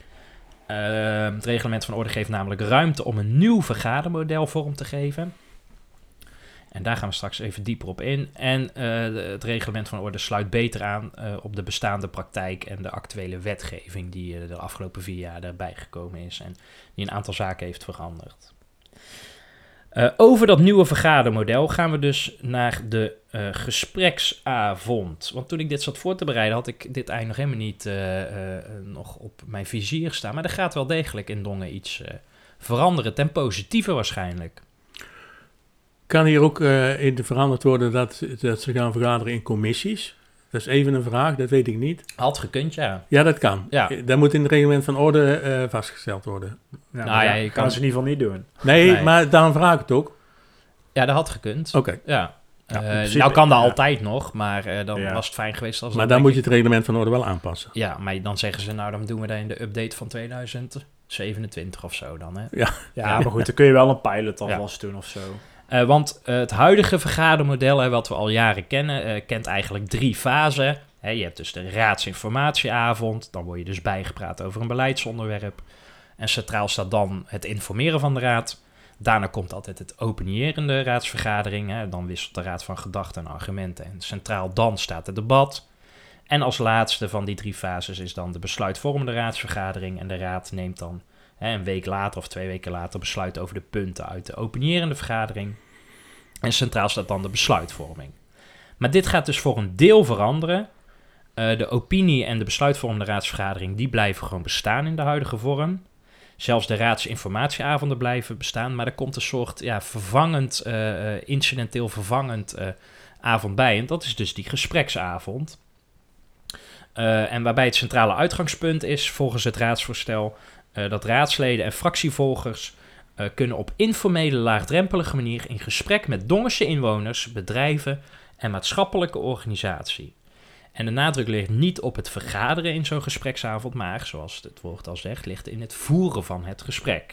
B: Uh, het reglement van orde geeft namelijk ruimte om een nieuw vergadermodel vorm te geven. En daar gaan we straks even dieper op in. En uh, de, het reglement van orde sluit beter aan uh, op de bestaande praktijk en de actuele wetgeving die uh, de afgelopen vier jaar erbij gekomen is en die een aantal zaken heeft veranderd. Uh, over dat nieuwe vergadermodel gaan we dus naar de uh, gespreksavond. Want toen ik dit zat voor te bereiden, had ik dit eigenlijk nog helemaal niet uh, uh, nog op mijn vizier staan. Maar er gaat wel degelijk in Dongen iets uh, veranderen, ten positieve waarschijnlijk.
D: Kan hier ook uh, in veranderd worden dat, dat ze gaan vergaderen in commissies? Dat is even een vraag, dat weet ik niet.
B: Had gekund, ja.
D: Ja, dat kan.
B: Ja.
D: Dat moet in het reglement van orde uh, vastgesteld worden.
C: Ja,
B: Nou ja,
C: dat
B: je
C: gaan
B: kan-
C: ze in ieder geval niet doen.
D: Nee,
B: Nee.
D: maar daarom vraag ik het ook.
B: Ja, dat had gekund.
D: Oké,
B: Ja.
C: Ja, in
B: Uh,
C: principe,
B: nou kan dat
C: ja.
B: altijd nog, maar uh, dan
C: Ja.
B: was het fijn geweest als
D: maar
B: dat
D: dan moet je
B: denk
D: het reglement van orde wel aanpassen.
B: ik- Ja, maar dan zeggen ze, nou dan doen we dat in de update van twintig zevenentwintig of zo dan, hè.
C: Ja, maar goed, dan kun je wel een pilot alvast doen of zo.
B: Uh, want uh, het huidige vergadermodel, hè, wat we al jaren kennen, uh, kent eigenlijk drie fasen. Hè, je hebt dus de raadsinformatieavond, dan word je dus bijgepraat over een beleidsonderwerp. En centraal staat dan het informeren van de raad. Daarna komt altijd het opinierende raadsvergadering. Hè, dan wisselt de raad van gedachten en argumenten. En centraal dan staat het debat. En als laatste van die drie fases is dan de besluitvormende raadsvergadering. En de raad neemt dan hè, een week later of twee weken later besluit over de punten uit de opinierende vergadering. En centraal staat dan de besluitvorming. Maar dit gaat dus voor een deel veranderen. Uh, de opinie en de besluitvormende raadsvergadering die blijven gewoon bestaan in de huidige vorm. Zelfs de raadsinformatieavonden blijven bestaan, maar er komt een soort ja, vervangend, uh, uh, incidenteel vervangend uh, avond bij. En dat is dus die gespreksavond. Uh, en waarbij het centrale uitgangspunt is, volgens het raadsvoorstel, uh, dat raadsleden en fractievolgers uh, kunnen op informele, laagdrempelige manier in gesprek met Dongense inwoners, bedrijven en maatschappelijke organisatie. En de nadruk ligt niet op het vergaderen in zo'n gespreksavond, maar, zoals het woord al zegt, ligt in het voeren van het gesprek.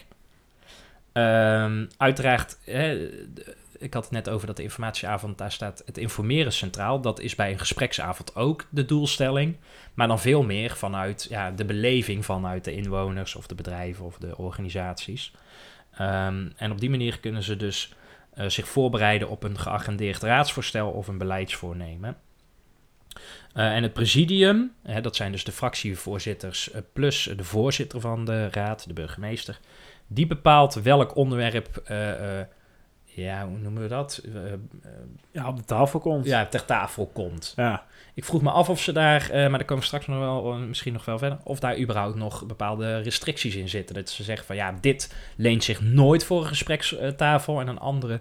B: Um, uiteraard, hè, ik had het net over dat de informatieavond, daar staat het informeren centraal. Dat is bij een gespreksavond ook de doelstelling, maar dan veel meer vanuit ja, de beleving vanuit de inwoners of de bedrijven of de organisaties. Um, en op die manier kunnen ze dus uh, zich voorbereiden op een geagendeerd raadsvoorstel of een beleidsvoornemen. Uh, en het presidium, hè, dat zijn dus de fractievoorzitters uh, plus de voorzitter van de raad, de burgemeester, die bepaalt welk onderwerp, uh, uh, ja, hoe noemen we dat? Uh, uh,
C: Ja, op de tafel komt.
B: ja, ter tafel komt.
C: Ja.
B: Ik vroeg me af of ze daar, uh, maar daar komen we straks nog wel, uh, misschien nog wel verder, of daar überhaupt nog bepaalde restricties in zitten. Dat ze zeggen van ja, dit leent zich nooit voor een gesprekstafel en een andere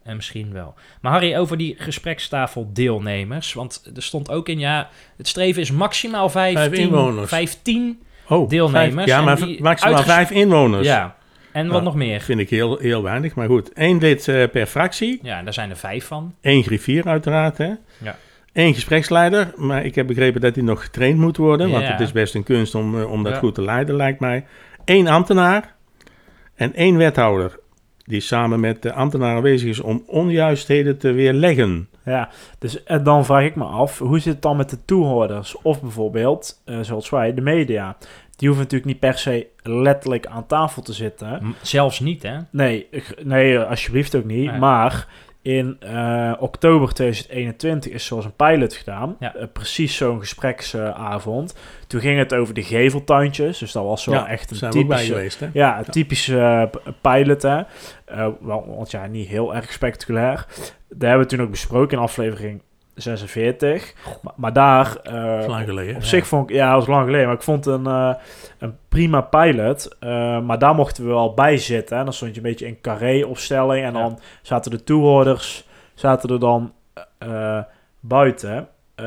B: En misschien wel. Maar Harry, over die gesprekstafeldeelnemers. Want er stond ook in, ja, het streven is maximaal vijftien,
D: Vijf inwoners.
B: vijftien
D: Oh,
B: deelnemers.
D: vijf, ja,
B: En
D: maar
B: die
D: maximaal
B: uitges-
D: vijf inwoners.
B: Ja, en wat
D: Nou,
B: nog meer?
D: Vind ik heel, heel weinig, maar goed. Eén lid uh, per fractie.
B: Ja, daar zijn er vijf van.
D: Eén griffier uiteraard, hè.
B: Ja.
D: Eén gespreksleider, maar ik heb begrepen dat hij nog getraind moet worden. Want
B: Ja.
D: het is best een kunst om, uh, om dat
B: Ja.
D: goed te leiden, lijkt mij. Eén ambtenaar en één wethouder. Die samen met de ambtenaar aanwezig is om onjuistheden te weerleggen.
C: Ja, dus en dan vraag ik me af, hoe zit het dan met de toehoorders? Of bijvoorbeeld, uh, zoals wij, de media. Die hoeven natuurlijk niet per se letterlijk aan tafel te zitten.
B: M- zelfs niet, hè?
C: Nee, ik- nee alsjeblieft ook niet.
B: Nee.
C: Maar in uh, oktober tweeduizend eenentwintig is zoals een pilot gedaan.
B: Ja.
C: Uh, precies zo'n gespreksavond. Toen ging het over de geveltuintjes. Dus dat was wel
D: Ja,
C: echt een
D: zijn we ook bij
C: typische...
D: geweest, hè?
C: Ja, een typische uh, p- pilot, hè. Uh, wel, want ja, niet heel erg spectaculair. Daar hebben we toen ook besproken in aflevering zesenveertig. Maar, maar daar... Uh,
D: Dat is lang geleden.
C: op
D: Ja.
C: zich vond ik... Ja, dat was lang geleden. Maar ik vond een, uh, een prima pilot. Uh, maar daar mochten we wel bij zitten. Hè. Dan stond je een beetje in carré-opstelling. En
B: Ja.
C: dan zaten de toehoorders... Zaten er dan uh, buiten.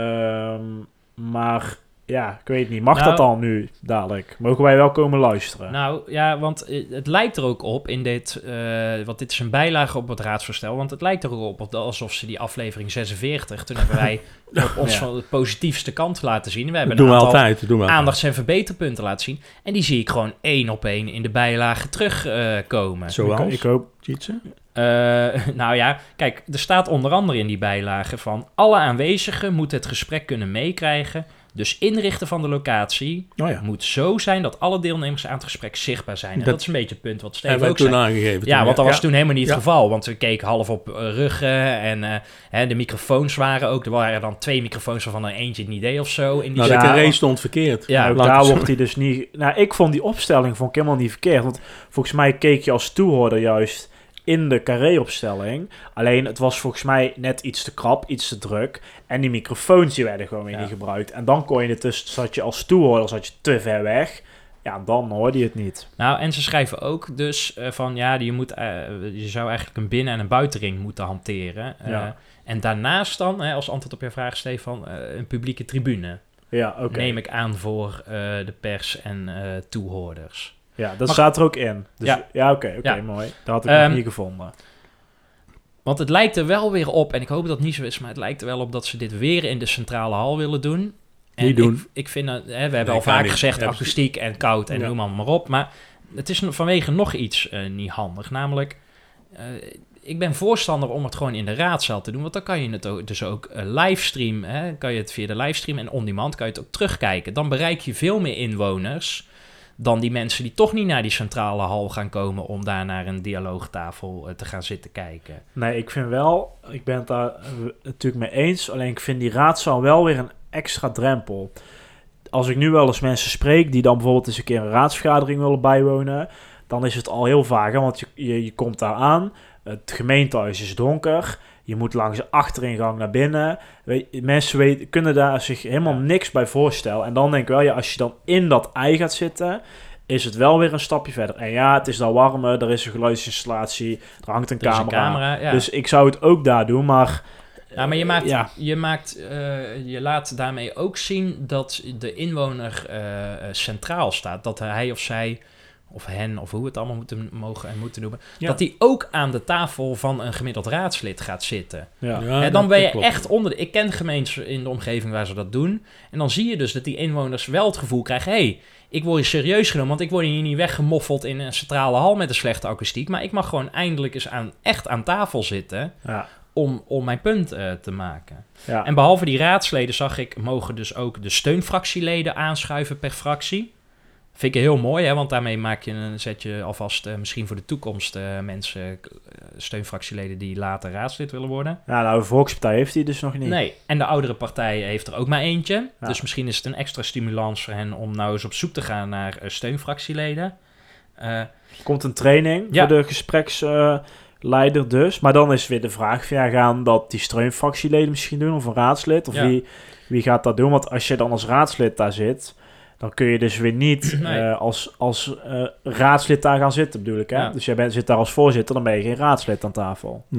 C: Um, maar... Ja, ik weet niet. Mag
B: Nou,
C: dat dan nu dadelijk? Mogen wij wel komen luisteren?
B: Nou ja, want eh, het lijkt er ook op in dit, uh, want dit is een bijlage op het raadsvoorstel, want het lijkt er ook op alsof ze die aflevering zesenveertig, toen hebben wij op ons
C: Ja.
B: van de positiefste kant laten zien. We hebben
D: Dat doen
B: een
D: we
B: aantal
D: altijd. dat doen we altijd.
B: aandachts- en verbeterpunten laten zien. En die zie ik gewoon één op één in de bijlage terugkomen.
D: Zoals?
C: Ik, ik hoop...
D: Tjitse?
B: Uh, nou ja, kijk, er staat onder andere in die bijlage van... alle aanwezigen moeten het gesprek kunnen meekrijgen. Dus inrichten van de locatie
D: Oh ja.
B: moet zo zijn dat alle deelnemers aan het gesprek zichtbaar zijn. En dat,
D: Dat-
B: dat is een beetje het punt wat Steven
D: Hebben we
B: ook
D: toen
B: zei.
D: aangegeven.
B: Ja,
D: toen,
B: want dat was
D: ja.
B: toen helemaal niet het
D: Ja.
B: geval. Want we keken half op uh, ruggen en uh, hè, de microfoons waren ook... Er waren dan twee microfoons waarvan er eentje het niet deed of zo. In die
D: Nou, de
C: Ja,
D: carré
C: want-
D: stond verkeerd.
B: Ja,
C: Nou,
D: laat
C: daar
D: ik zo-
C: wordt hij dus niet... Nou, ik vond die opstelling vond ik helemaal niet verkeerd. Want volgens mij keek je als toehoorder juist in de carré-opstelling. Alleen, het was volgens mij net iets te krap, iets te druk. En die microfoons die werden gewoon weer
B: Ja.
C: niet gebruikt. En dan kon je het dus... Zat je als toehoorder zat je te ver weg. Ja, dan hoorde je het niet.
B: Nou, en ze schrijven ook dus uh, van... ja, je, moet, uh, je zou eigenlijk een binnen- en een buitenring moeten hanteren. Uh,
C: Ja.
B: En daarnaast dan, hè, als antwoord op je vraag, Stefan... Uh, een publieke tribune.
C: Ja, oké.
B: Neem ik aan voor uh, de pers en uh, toehoorders.
C: Ja, dat
B: Mag-
C: staat er ook in. Dus,
B: Ja.
C: ja, oké, oké,
B: Ja.
C: mooi. Dat had ik
B: Um,
C: nog niet gevonden.
B: Want het lijkt er wel weer op, en ik hoop dat het niet zo is... maar het lijkt er wel op dat ze dit weer in de centrale hal willen doen. En
D: Niet doen.
B: Ik, ik vind, dat, hè, we hebben
D: Nee,
B: al
D: kan
B: vaak
D: niet.
B: gezegd
D: Ja,
B: akoestiek en koud en
D: Ja.
B: noem maar, maar op. Maar het is vanwege nog iets uh, niet handig. Namelijk, uh, ik ben voorstander om het gewoon in de raadzaal te doen. Want dan kan je het ook, dus ook uh, livestream. Hè, kan je het via de livestream en on-demand kan je het ook terugkijken. Dan bereik je veel meer inwoners dan die mensen die toch niet naar die centrale hal gaan komen... om daar naar een dialoogtafel uh, te gaan zitten kijken.
C: Nee, ik vind wel... Ik ben het daar uh, natuurlijk mee eens. Alleen ik vind die raadzaal wel weer een extra drempel. Als ik nu wel eens mensen spreek... die dan bijvoorbeeld eens een keer een raadsvergadering willen bijwonen... dan is het al heel vaag. Hè? Want je, je, je komt daar aan... Het gemeentehuis is donker. Je moet langs de achteringang naar binnen. Weet, mensen weten, kunnen daar zich helemaal niks bij voorstellen. En dan denk ik wel, ja, als je dan in dat ei gaat zitten... is het wel weer een stapje verder. En ja, het is daar warmer. Er is een geluidsinstallatie. Er hangt een
B: Er is
C: camera.
B: een camera, ja.
C: Dus ik zou het ook daar doen, maar...
B: Ja, maar je, maakt,
C: Ja.
B: je, maakt, uh, je laat daarmee ook zien dat de inwoner uh, centraal staat. Dat hij of zij, of hen, of hoe we het allemaal moeten, mogen en moeten noemen...
C: Ja.
B: dat die ook aan de tafel van een gemiddeld raadslid gaat zitten.
C: Ja.
D: Ja,
B: Hè, dan
D: dat-
B: ben je
D: dat klopt.
B: echt onder... De, ik ken gemeentes in de omgeving waar ze dat doen. En dan zie je dus dat die inwoners wel het gevoel krijgen... hé, hey, ik word hier serieus genomen, want ik word hier niet weggemoffeld in een centrale hal met een slechte akoestiek. Maar ik mag gewoon eindelijk eens aan, echt aan tafel zitten...
C: Ja.
B: om, om mijn punt uh, te maken.
C: Ja.
B: En behalve die raadsleden zag ik... mogen dus ook de steunfractieleden aanschuiven per fractie. Vind ik heel mooi, hè? Want daarmee maak je een, zet je alvast uh, misschien voor de toekomst... Uh, mensen, uh, steunfractieleden die later raadslid willen worden.
C: Ja, nou, de Volkspartij heeft die dus nog niet.
B: Nee, en de oudere partij heeft er ook maar eentje.
C: Ja.
B: Dus misschien is het een extra stimulans voor hen... om nou eens op zoek te gaan naar uh, steunfractieleden. Uh,
C: Komt een training
B: Ja.
C: voor de gespreksleider dus. Maar dan is weer de vraag van, ja, gaan dat die steunfractieleden misschien doen? Of een raadslid? Of
B: Ja.
C: wie, wie gaat dat doen? Want als je dan als raadslid daar zit... dan kun je dus weer niet
B: Nee.
C: uh, als, als uh, raadslid daar gaan zitten, bedoel ik. Hè?
B: Ja.
C: Dus jij bent, zit daar als voorzitter, dan ben je geen raadslid aan tafel.
D: Nee,
B: En-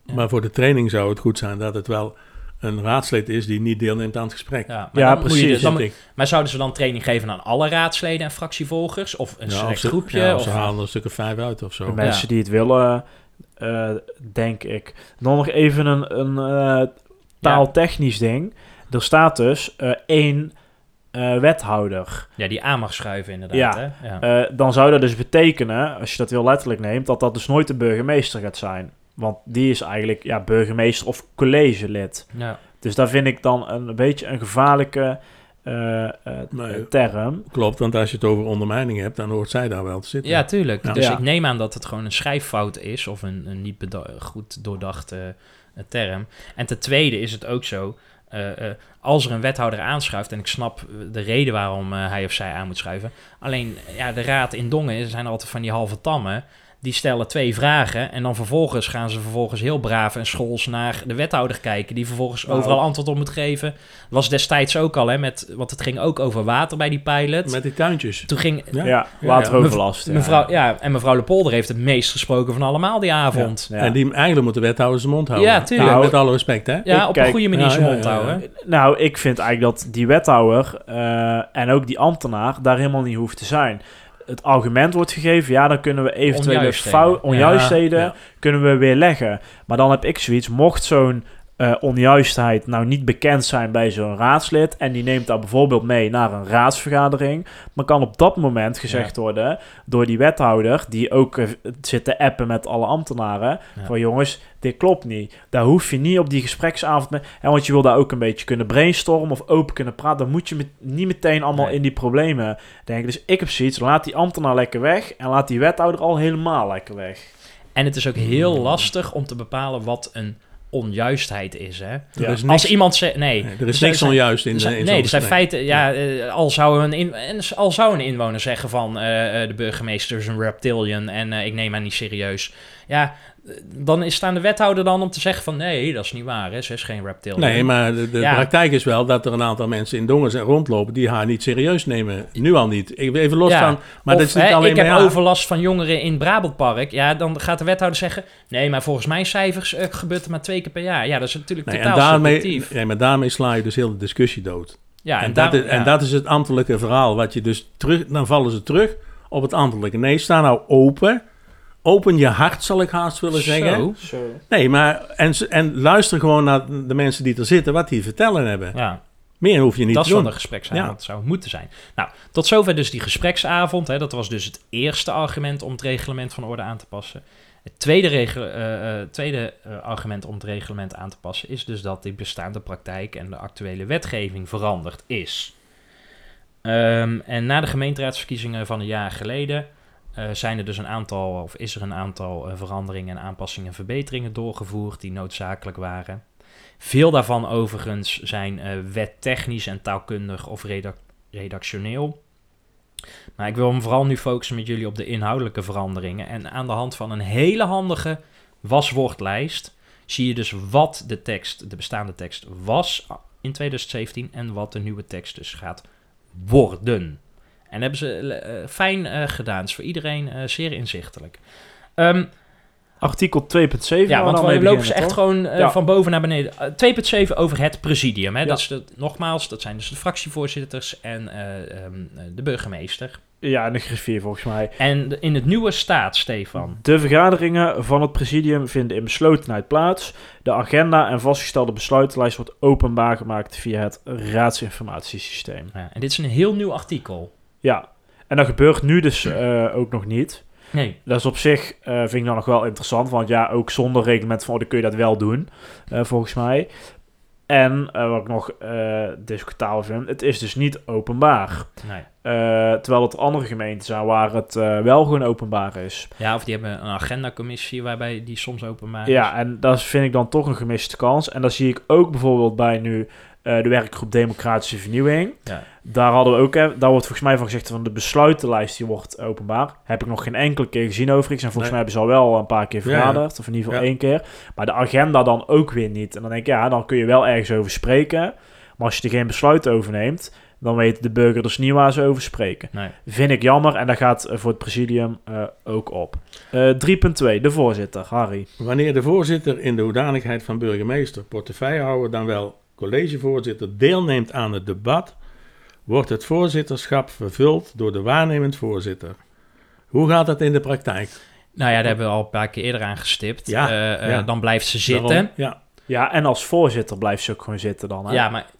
B: Ja.
D: Maar voor de training zou het goed zijn dat het wel een raadslid is die niet deelneemt aan het gesprek.
B: Ja, maar
C: Ja,
B: dan moet je
C: precies.
B: dus- dan-
D: Vind ik.
B: maar zouden ze dan training geven aan alle raadsleden en fractievolgers? Of een
D: Ja,
B: select
D: of ze,
B: groepje?
D: ja, of
B: of
D: ze halen er een stuk of vijf uit of
C: De
D: zo.
C: mensen
B: Ja.
C: die het willen, uh, denk ik. Dan nog even een, een uh, taaltechnisch ding. Er staat dus uh, één uh, wethouder.
B: Ja, die aan mag schuiven inderdaad.
C: Ja.
B: Hè? Ja.
C: Uh, dan zou dat dus betekenen, als je dat heel letterlijk neemt, dat dat dus nooit de burgemeester gaat zijn. Want die is eigenlijk ja, burgemeester of collegelid.
B: Ja.
C: Dus daar vind ik dan een beetje een gevaarlijke uh, uh,
D: Nee.
C: term.
D: Klopt, want als je het over ondermijning hebt, dan hoort zij daar wel te zitten.
B: Ja, tuurlijk.
D: Ja.
B: Dus
C: Ja.
B: ik neem aan dat het gewoon een schrijffout is of een, een niet beda- goed doordachte uh, term. En ten tweede is het ook zo, uh, uh, als er een wethouder aanschuift, en ik snap de reden waarom uh, hij of zij aan moet schuiven, alleen ja, de raad in Dongen zijn altijd van die halve tammen. Die stellen twee vragen en dan vervolgens gaan ze vervolgens heel braaf en schools naar de wethouder kijken, die vervolgens
C: Nou.
B: overal antwoord op moet geven. Dat was destijds ook al, hè, met, want het ging ook over water bij die pilot.
D: Met die tuintjes.
B: Toen ging
D: Ja.
C: Ja,
D: ja.
C: wateroverlast. ja.
B: mevrouw, ja, en mevrouw Lepolder heeft het meest gesproken van allemaal die avond.
C: Ja.
D: En die eigenlijk moeten wethouders zijn mond houden.
B: Ja, tuurlijk.
D: Nou, met alle respect, hè?
B: Ja,
C: Ik
B: op
C: kijk-
B: een goede manier
D: Ja,
B: zijn
D: ja,
B: mond
D: ja, ja.
B: houden.
C: Nou, ik vind eigenlijk dat die wethouder uh, en ook die ambtenaar daar helemaal niet hoeft te zijn. Het argument wordt gegeven, ja, dan kunnen we eventuele
B: Onjuistheden.
C: fout, onjuistheden
D: Ja, ja.
C: kunnen we weer leggen. Maar dan heb ik zoiets, mocht zo'n uh, onjuistheid nou niet bekend zijn bij zo'n raadslid en die neemt daar bijvoorbeeld mee naar een raadsvergadering, dan kan op dat moment gezegd
B: Ja.
C: worden door die wethouder, die ook uh, zit te appen met alle ambtenaren,
B: Ja.
C: van jongens, dit klopt niet. Daar hoef je niet op die gespreksavond mee, en want je wil daar ook een beetje kunnen brainstormen of open kunnen praten, dan moet je met, niet meteen allemaal
B: Nee.
C: in die problemen denken. Dus ik heb zoiets, laat die ambtenaar lekker weg en laat die wethouder al helemaal lekker weg.
B: En het is ook heel lastig om te bepalen wat een onjuistheid is. Hè?
C: Ja.
D: Er is
B: Als
D: niks,
B: iemand zegt... Nee,
D: nee, er is
B: Er zijn-
D: niks onjuist in,
B: er zijn-
D: in
B: nee,
D: zo'n
B: er zijn
D: gesprek.
B: feiten... Ja, eh, al, zou een in, en al zou een inwoner zeggen van... eh, eh, de burgemeester is een reptilian en eh, ik neem haar niet serieus. Ja, eh, dan is staan de wethouder dan om te zeggen van... Nee, dat is niet waar, hè? Ze is geen reptilian.
D: Nee, maar de, de
B: Ja.
D: praktijk is wel dat er een aantal mensen in Dongen zijn rondlopen die haar niet serieus nemen. Nu al niet. Ik- Even los
B: Ja.
D: van... Maar
B: Of,
D: dat is niet
B: hè,
D: alleen
B: ik heb
D: bij haar.
B: overlast van jongeren in Brabantpark. Ja, dan gaat de wethouder zeggen... Nee, maar volgens mijn cijfers eh, gebeurt het maar twee keer per jaar. Ja, dat is natuurlijk
D: Nee, en
B: totaal
D: daarmee,
B: subjectief.
D: nee, maar daarmee sla je dus heel de discussie dood.
B: Ja,
D: en,
B: en,
D: dat
B: daar-
D: is, en
B: ja.
D: dat is het ambtelijke verhaal. Wat je dus terug... Dan vallen ze terug op het ambtelijke. Nee, sta nou open. Open je hart, zal ik haast willen zeggen.
B: Zo.
C: Zo.
D: Nee, maar... En, en luister gewoon naar de mensen die er zitten, wat die vertellen hebben.
B: Ja,
D: Meer hoef je niet
B: dat
D: te
B: is van
D: doen.
B: de gespreksavond
D: Ja.
B: zou moeten zijn. Nou, tot zover dus die gespreksavond. Hè, dat was dus het eerste argument om het reglement van orde aan te passen. Het tweede, regel, uh, uh, tweede uh, argument om het reglement aan te passen is dus dat die bestaande praktijk en de actuele wetgeving veranderd is. Um, en na de gemeenteraadsverkiezingen van een jaar geleden uh, zijn er dus een aantal, of is er een aantal uh, veranderingen en aanpassingen en verbeteringen doorgevoerd die noodzakelijk waren. Veel daarvan overigens zijn uh, wettechnisch en taalkundig of redac- redactioneel. Maar ik wil me vooral nu focussen met jullie op de inhoudelijke veranderingen. En aan de hand van een hele handige waswoordlijst zie je dus wat de tekst, de bestaande tekst was in twintig zeventien en wat de nieuwe tekst dus gaat worden. En hebben ze uh, fijn uh, gedaan. Het is voor iedereen uh, zeer inzichtelijk. Um,
C: Artikel twee punt zeven.
B: Ja, want we lopen ze echt
C: toch?
B: gewoon uh,
C: Ja.
B: van boven naar beneden. Uh, twee punt zeven over het presidium. Hè?
C: Ja.
B: Dat is de, nogmaals, dat zijn dus de fractievoorzitters en uh, um, de burgemeester.
C: Ja, en de griffier volgens mij.
B: En de, in het nieuwe staat, Stefan.
C: De vergaderingen van het presidium vinden in beslotenheid plaats. De agenda en vastgestelde besluitenlijst wordt openbaar gemaakt via het raadsinformatiesysteem.
B: Ja, en dit is een heel nieuw artikel.
C: Ja, en dat gebeurt nu dus uh, ook nog niet.
B: Nee.
C: Dat is op zich, uh, vind ik dan nog wel interessant. Want ja, ook zonder reglement van orde kun je dat wel doen, uh, volgens mij. En uh, wat ik nog uh, discutabel vind, het is dus niet openbaar.
B: Nee.
C: Uh, terwijl het andere gemeenten zijn waar het uh, wel gewoon openbaar is.
B: Ja, of die hebben een agendacommissie waarbij die soms openbaar is.
C: Ja, en dat vind ik dan toch een gemiste kans. En dat zie ik ook bijvoorbeeld bij nu uh, de werkgroep Democratische Vernieuwing.
B: Ja.
C: Daar hadden we ook, hè, daar wordt volgens mij van gezegd van de besluitenlijst die wordt openbaar. Heb ik nog geen enkele keer gezien overigens. En volgens
D: Nee.
C: mij hebben ze al wel een paar keer vergaderd.
D: Ja, ja.
C: Of in ieder geval
D: Ja.
C: één keer. Maar de agenda dan ook weer niet. En dan denk ik, ja, dan kun je wel ergens over spreken. Maar als je er geen besluit over neemt, dan weet de burger dus niet waar ze over spreken.
B: Nee.
C: Vind ik jammer en dat gaat uh, voor het presidium uh, ook op. Uh, drie punt twee, de voorzitter, Harry.
D: Wanneer de voorzitter in de hoedanigheid van burgemeester, portefeuillehouder, dan wel collegevoorzitter, deelneemt aan het debat, wordt het voorzitterschap vervuld door de waarnemend voorzitter. Hoe gaat dat in de praktijk?
B: Nou ja, daar hebben we al een paar keer eerder aan gestipt.
D: Ja,
B: uh, uh,
D: ja.
B: Dan blijft ze zitten.
D: Daarom, ja.
C: Ja, en als voorzitter blijft ze ook gewoon zitten dan, hè?
B: Ja, maar,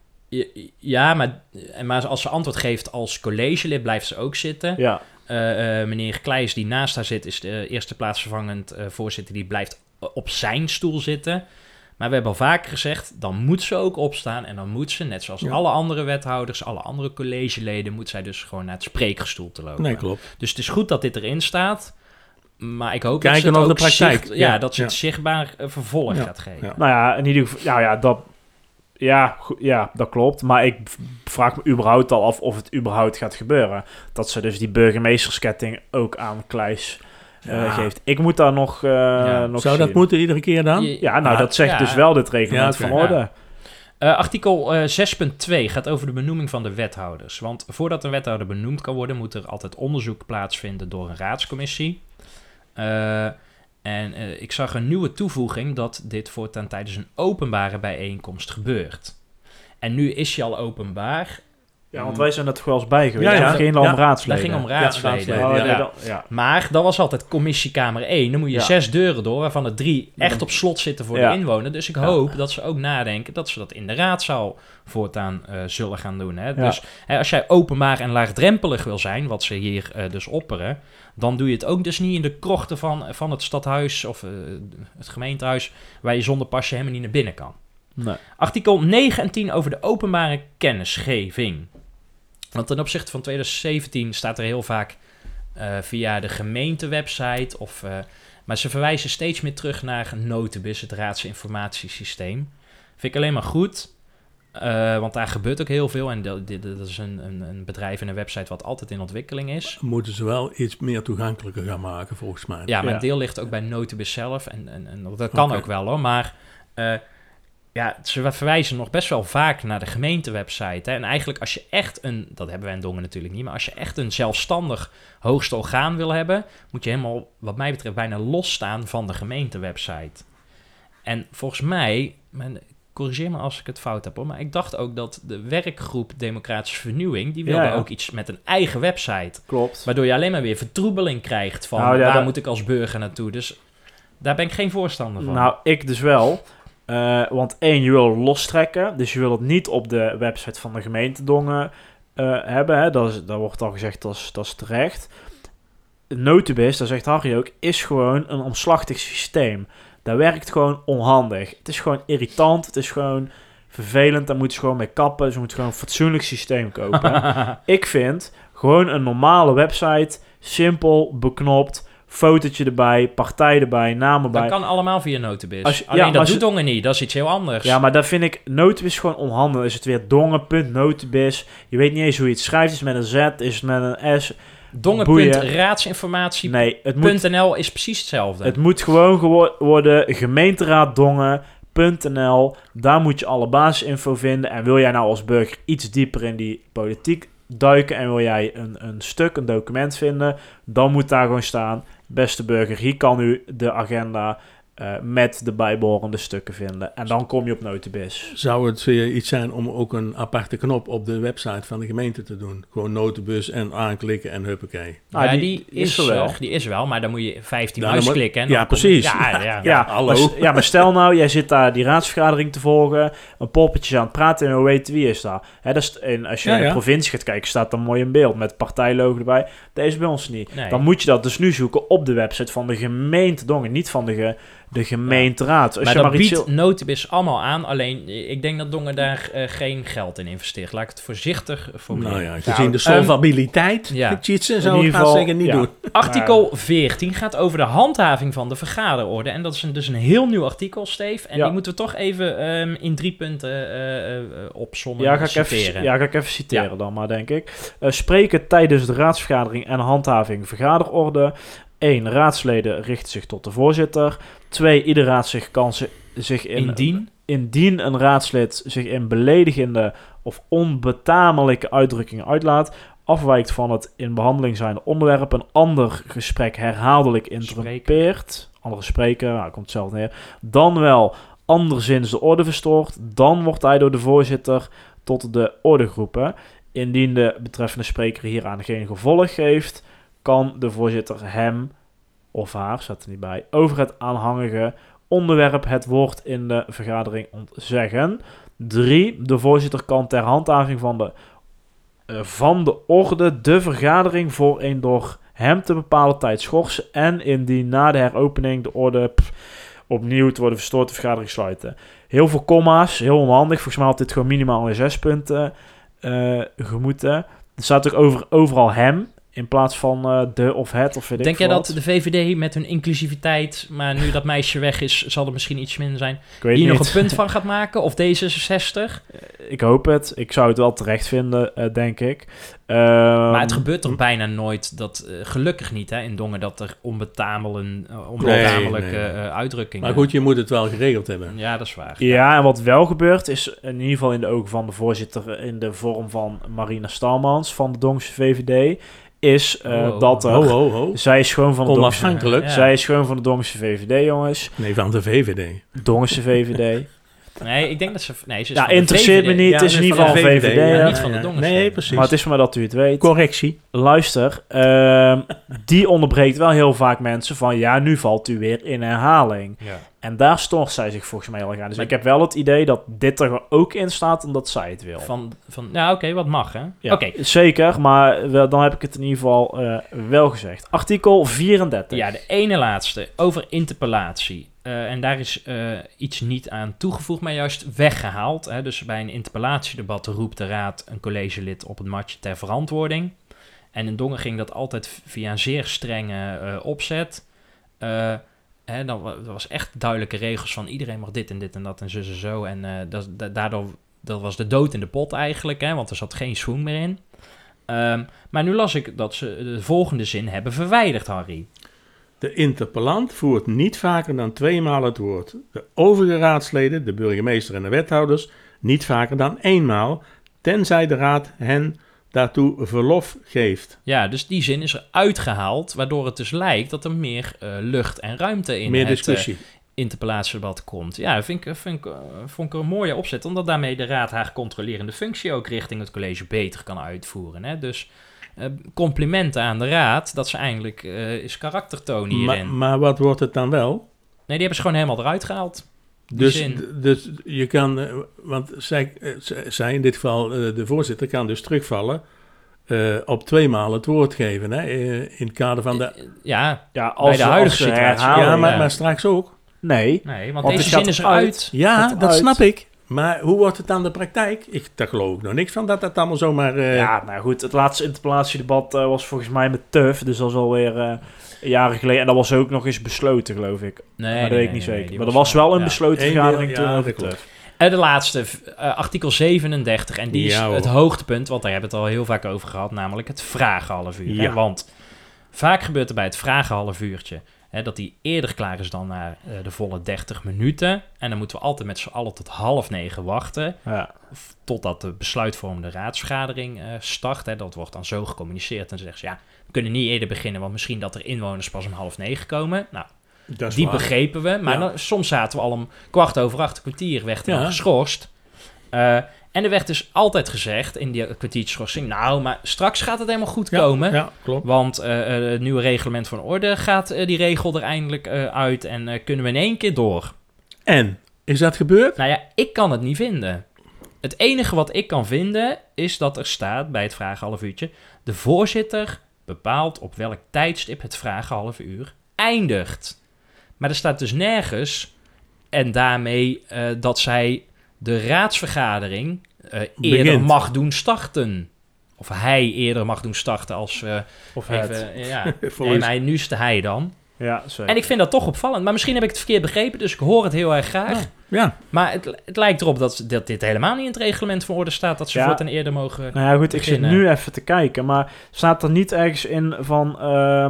B: ja maar, maar als ze antwoord geeft als collegelid, blijft ze ook zitten.
C: Ja.
B: Uh, uh, meneer Kleijs, die naast haar zit, is de eerste plaatsvervangend uh, voorzitter. Die blijft op zijn stoel zitten. Maar we hebben al vaker gezegd, dan moet ze ook opstaan. En dan moet ze, net zoals
D: Ja.
B: alle andere wethouders, alle andere collegeleden, moet zij dus gewoon naar het spreekgestoel te lopen.
D: Nee, klopt.
B: Dus het is goed dat dit erin staat. Maar ik hoop
D: Kijken
B: dat ze het
D: of
B: ook
D: de praktijk-
B: zicht- ja,
D: ja,
B: dat ze
D: ja.
B: het zichtbaar uh, vervolg
D: Ja,
B: gaat geven.
D: ja.
C: Nou ja, in ieder geval, ja, ja, dat, ja, go- ja, dat klopt. Maar ik v- vraag me überhaupt al af of het überhaupt gaat gebeuren. Dat ze dus die burgemeestersketting ook aan Kleijs uh,
D: Ja.
C: geeft. Ik moet daar nog, uh,
B: Ja.
C: nog
D: Zou dat
C: zien.
D: moeten iedere keer dan?
B: Je-
C: Ja, nou,
D: Ja,
C: dat zegt
B: ja.
C: dus wel dit reglement
D: Ja, oké.
C: van orde.
B: Uh, artikel uh, zes punt twee gaat over de benoeming van de wethouders. Want voordat een wethouder benoemd kan worden, moet er altijd onderzoek plaatsvinden door een raadscommissie. Uh, en uh, ik zag een nieuwe toevoeging dat dit voortaan tijdens een openbare bijeenkomst gebeurt. En nu is hij al openbaar.
C: Ja, want wij zijn er toch wel eens bij geweest.
D: Ja, ja.
C: Het ging
D: Ja.
C: om
B: Dat
C: raadsleden.
B: ging om
D: Ja,
B: raadsleden.
D: raadsleden,
C: Oh, nee,
B: ja.
C: dat- ja.
B: Maar dat was altijd commissiekamer één. Dan moet je
C: Ja.
B: zes deuren door, waarvan er drie echt op slot zitten voor
C: Ja.
B: de inwoner. Dus ik
C: Ja.
B: hoop dat ze ook nadenken dat ze dat in de raadzaal voortaan uh, zullen gaan doen. Hè?
C: Ja.
B: Dus hè, als jij openbaar en laagdrempelig wil zijn, wat ze hier uh, dus opperen, dan doe je het ook dus niet in de krochten van, van het stadhuis of uh, het gemeentehuis, waar je zonder pasje helemaal niet naar binnen kan.
C: Nee.
B: Artikel negen en tien over de openbare kennisgeving. Want ten opzichte van twintig zeventien staat er heel vaak uh, via de gemeentewebsite of... Uh, maar ze verwijzen steeds meer terug naar Notibus, het raadsinformatiesysteem. Vind ik alleen maar goed, uh, want daar gebeurt ook heel veel. En dat, dat is een, een, een bedrijf en een website wat altijd in ontwikkeling is.
D: Moeten ze wel iets meer toegankelijker gaan maken, volgens mij.
B: Ja, maar
C: Ja.
B: een deel ligt ook bij Notibus zelf. En, en, en dat kan
D: Oké.
B: ook wel hoor, maar... Uh, Ja, ze verwijzen nog best wel vaak naar de gemeentewebsite. Hè? En eigenlijk als je echt een... Dat hebben wij in Dongen natuurlijk niet. Maar als je echt een zelfstandig hoogste orgaan wil hebben... moet je helemaal, wat mij betreft, bijna losstaan van de gemeentewebsite. En volgens mij... Men, corrigeer me als ik het fout heb hoor... maar ik dacht ook dat de werkgroep Democratische Vernieuwing... die wilde
C: Ja, ja.
B: ook iets met een eigen website.
C: Klopt.
B: Waardoor je alleen maar weer vertroebeling krijgt van...
C: Nou, ja,
B: waar
C: dat-
B: moet ik als burger naartoe? Dus daar ben ik geen voorstander van.
C: Nou, ik dus wel. Uh, want één, je wil lostrekken. Dus je wil het niet op de website van de gemeente Dongen uh, hebben. Hè. Dat, is, dat wordt al gezegd, dat is, dat is terecht. Notibus, dat zegt Harry ook, is gewoon een omslachtig systeem. Dat werkt gewoon onhandig. Het is gewoon irritant. Het is gewoon vervelend. Daar moeten ze gewoon mee kappen. Ze moeten gewoon een fatsoenlijk systeem kopen. Ik vind gewoon een normale website, simpel, beknopt, fotootje erbij, partij erbij, namen bij.
B: Dat kan allemaal via Notibus.
C: Als je- ja,
B: Alleen
C: maar
B: dat
C: als
B: doet
C: je-
B: Dongen niet. Dat is iets heel anders.
C: Ja, maar dat vind ik, Notibus gewoon onhandig. Is het weer dongen.notibus. Je weet niet eens hoe je het schrijft. Is het met een Z, is het met een S? Boeien.
B: Dongen.raadsinformatie.nl
C: Nee, het moet,
B: is precies hetzelfde.
C: het moet gewoon gewo- worden gemeenteraaddongen.nl. Daar moet je alle basisinfo vinden. En wil jij nou als burger iets dieper in die politiek duiken en wil jij een, een stuk, een document vinden, dan moet daar gewoon staan: beste burger, hier kan u de agenda uh, met de bijbehorende stukken vinden. En dan kom je op Notibus.
D: Zou het weer iets zijn om ook een aparte knop op de website van de gemeente te doen? Gewoon notibus en aanklikken en huppakee.
B: ja,
C: Ah,
B: die,
C: die
B: is,
C: is er wel.
B: wel. Die is wel, maar dan moet je vijftien
D: Ja, dan moet-
B: muisklikken. en
D: ja,
B: dan kom je-
D: precies.
B: Ja, ja,
C: Ja,
D: hallo.
C: Maar, s- ja, maar stel nou, jij zit daar die raadsvergadering te volgen, een poppetje aan het praten en we weten wie is daar. Hè, dat is, en als je
D: Ja,
C: naar de
D: ja.
C: provincie gaat kijken, staat dan mooi in beeld met partijlogo erbij. Deze is bij ons niet.
B: Nee.
C: Dan moet je dat dus nu zoeken op de website van de gemeente Dongen, niet van de, ge, de gemeenteraad. Als
B: maar
C: je
B: dat
C: maar iets
B: biedt
C: wil-
B: Notibus allemaal aan. Alleen, ik denk dat Dongen daar uh, geen geld in investeert. Laat ik het voorzichtig formuleren.
D: Nou ja, gezien de
C: Nou,
D: solvabiliteit,
B: ja.
D: ja. Tjitsen,
C: In
D: zou ik
C: ieder
D: gaan
C: geval,
D: zeggen niet
C: ja.
D: doen.
B: Artikel veertien gaat over de handhaving van de vergaderorde. En dat is een, dus een heel nieuw artikel, Steve. En
C: Ja.
B: die moeten we toch even um, in drie punten uh, uh, opzommen
C: Ja,
B: en
C: ga ik,
B: citeren.
C: even, ja, ga ik even citeren dan maar, denk ik. Uh, spreken tijdens de raadsvergadering en handhaving vergaderorde. één. Raadsleden richten zich tot de voorzitter. twee. Ieder raad zich kan zi- zich in...
B: Indien.
C: indien een raadslid zich in beledigende of onbetamelijke uitdrukkingen uitlaat, afwijkt van het in behandeling zijnde onderwerp, een ander gesprek herhaaldelijk interrompeert, andere spreker, nou, komt hetzelfde neer, dan wel anderszins de orde verstoort, dan wordt hij door de voorzitter tot de orde geroepen. Indien de betreffende spreker hieraan geen gevolg geeft, kan de voorzitter hem of haar, staat er niet bij, over het aanhangige onderwerp het woord in de vergadering ontzeggen. drie. De voorzitter kan ter handhaving van de, uh, van de orde de vergadering voor een door hem te bepalen tijd schorsen en indien na de heropening de orde pff, opnieuw te worden verstoord de vergadering sluiten. Heel veel comma's, heel onhandig. Volgens mij had dit gewoon minimaal in zes punten uh, gemoeten. Er staat ook over, overal hem in plaats van uh, de of het of weet ik
B: Denk jij
C: wat.
B: dat de V V D met hun inclusiviteit, maar nu dat meisje weg is, zal er misschien iets minder zijn,
C: Ik weet
B: hier
C: niet.
B: nog een punt van gaat maken? Of D zesenzestig?
C: Ik hoop het. Ik zou het wel terecht vinden, uh, denk ik. Um,
B: Maar het gebeurt toch bijna nooit, dat uh, gelukkig niet hè, in Dongen, dat er onbetamelen, uh, onbetamelijke
D: Nee, nee.
B: uh, uitdrukkingen...
D: Maar goed, je moet het wel geregeld hebben.
B: Ja, dat is waar.
C: Ja, en wat wel gebeurt is in ieder geval in de ogen van de voorzitter in de vorm van Marina Stalmans van de Dongse V V D, is uh,
B: Oh, oh.
C: dat er...
D: Ho, ho, ho.
C: Zij is gewoon van de Dongse...
D: Onafhankelijk.
B: Ja.
C: Zij is gewoon van de Dongse V V D, jongens.
D: Nee, van de V V D.
C: Dongse V V D.
B: Nee, ik denk dat ze... Nee, ze is
C: Ja,
B: van de
C: interesseert me
B: V V D.
C: niet.
D: Ja,
C: het is
D: ze
C: in
D: is
C: ieder
D: van
C: geval
D: de
C: V V D.
D: V V D,
C: ja.
B: ja, niet van de Dongen.
D: Nee, precies.
C: Maar het is maar dat u het weet.
D: Correctie.
C: Luister, ehm, die onderbreekt wel heel vaak mensen van... Ja, nu valt u weer in herhaling.
B: Ja.
C: En daar stoort zij zich volgens mij heel erg aan. Dus
B: Maar-
C: ik heb wel het idee dat dit er ook in staat omdat zij het wil.
B: Van, van, ja, oké, wat mag, hè?
C: Ja,
B: Oké.
C: zeker, maar wel, dan heb ik het in ieder geval uh, wel gezegd. Artikel vierendertig.
B: Ja, de ene laatste, over interpellatie. Uh, en daar is uh, iets niet aan toegevoegd, maar juist weggehaald. Hè? Dus bij een interpellatiedebat roept de raad een collegelid op het matje ter verantwoording. En in Dongen ging dat altijd via een zeer strenge uh, opzet. Uh, hè, dan, dat was echt duidelijke regels van iedereen mag dit en dit en dat en zo en zo. En uh, dat, da- daardoor dat was de dood in de pot eigenlijk, hè, want er zat geen swing meer in. Um, maar nu las ik dat ze de volgende zin hebben verwijderd, Harry.
D: De interpellant voert niet vaker dan tweemaal het woord. De overige raadsleden, de burgemeester en de wethouders, niet vaker dan eenmaal, tenzij de raad hen daartoe verlof geeft.
B: Ja, dus die zin is er uitgehaald, waardoor het dus lijkt dat er meer uh, lucht en ruimte in
D: Meer
B: het
D: discussie.
B: Uh, interpellatiedebat komt. Ja, dat vind ik, vind ik, uh, vond ik een mooie opzet, omdat daarmee de raad haar controlerende functie ook richting het college beter kan uitvoeren. Hè? Dus uh, complimenten aan de raad, dat ze eindelijk uh, is karakter tonen hierin.
D: Maar, maar wat wordt het dan wel?
B: Nee, die hebben ze gewoon helemaal eruit gehaald. Die
D: Dus,
B: zin.
D: d- dus je kan, uh, want zij, uh, z- zij in dit geval, uh, de voorzitter, kan dus terugvallen uh, op tweemaal het woord geven, hè, uh, in het kader van de...
B: Uh, ja,
C: Ja, als,
B: bij de huidige
C: als ze
B: situatie.
C: herhalen,
D: ja, maar,
B: ja.
D: maar straks ook.
C: Nee.
B: nee, want,
C: Want
B: deze
C: het gaat
B: zin is
C: eruit.
B: eruit.
D: Ja,
C: Gaat
D: dat
C: uit.
D: snap ik. Maar hoe wordt het aan de praktijk? Ik, daar geloof ik nog niks van, dat dat allemaal zomaar... Uh,
C: Ja, nou goed, het laatste interpellatiedebat uh, was volgens mij met Tuf, dus dat is alweer uh, jaren geleden. En dat was ook nog eens besloten, geloof ik.
B: Nee,
C: maar dat
B: nee,
C: weet ik
B: nee,
C: niet
B: nee,
C: zeker.
B: die
C: maar er was wel een
B: ja.
C: besloten
D: Eén
C: vergadering
D: deel,
C: toen
D: ja,
C: over
D: dat klopt.
C: Tuf.
B: En de laatste, uh, artikel zevenendertig. En die is
D: Ja, hoor.
B: het hoogtepunt, want daar hebben we het al heel vaak over gehad, namelijk het vragenhalfuur.
D: Ja.
B: Hè? Want vaak gebeurt er bij het vragenhalfuurtje hè, dat die eerder klaar is dan na uh, de volle dertig minuten. En dan moeten we altijd met z'n allen tot half negen wachten,
C: Ja.
B: f- totdat de besluitvormende raadsvergadering uh, start. Hè. Dat wordt dan zo gecommuniceerd en dan zeggen ze, ja, we kunnen niet eerder beginnen, want misschien dat er inwoners pas om half negen komen. Nou,
D: dat is
B: die
D: waar.
B: begrepen we. Maar
D: Ja.
B: dan, soms zaten we al om kwart over acht, een kwartier, werd er
D: Ja.
B: dan geschorst. Uh, en er werd dus altijd gezegd in die kwartiertjeschorsing, nou, maar straks gaat het helemaal goed
D: Ja,
B: komen.
D: ja, klopt.
B: Want uh, uh, het nieuwe reglement van orde gaat uh, die regel er eindelijk uh, uit en uh, kunnen we in één keer door.
D: En, is dat gebeurd?
B: Nou ja, ik kan het niet vinden. Het enige wat ik kan vinden is dat er staat bij het vragenhalfuurtje, de voorzitter bepaalt op welk tijdstip het vragenhalfuur eindigt. Maar er staat dus nergens en daarmee uh, dat zij de raadsvergadering uh, eerder
D: Begint.
B: mag doen starten. Of hij eerder mag doen starten als... Uh,
C: Of
B: even,
C: het.
B: uh, ja. Nee,
D: Volgens-
B: maar nu is de hij dan.
C: Ja, zeker.
B: En ik vind dat toch opvallend. Maar misschien heb ik het verkeerd begrepen, dus ik hoor het heel erg graag.
D: Ja,
B: Maar het, het lijkt erop dat, dat dit helemaal niet in het reglement van orde staat, dat ze
C: Ja.
B: voortaan eerder mogen...
C: Nou ja, goed, ik zit
B: beginnen.
C: nu even te kijken, maar staat er niet ergens in van... Uh,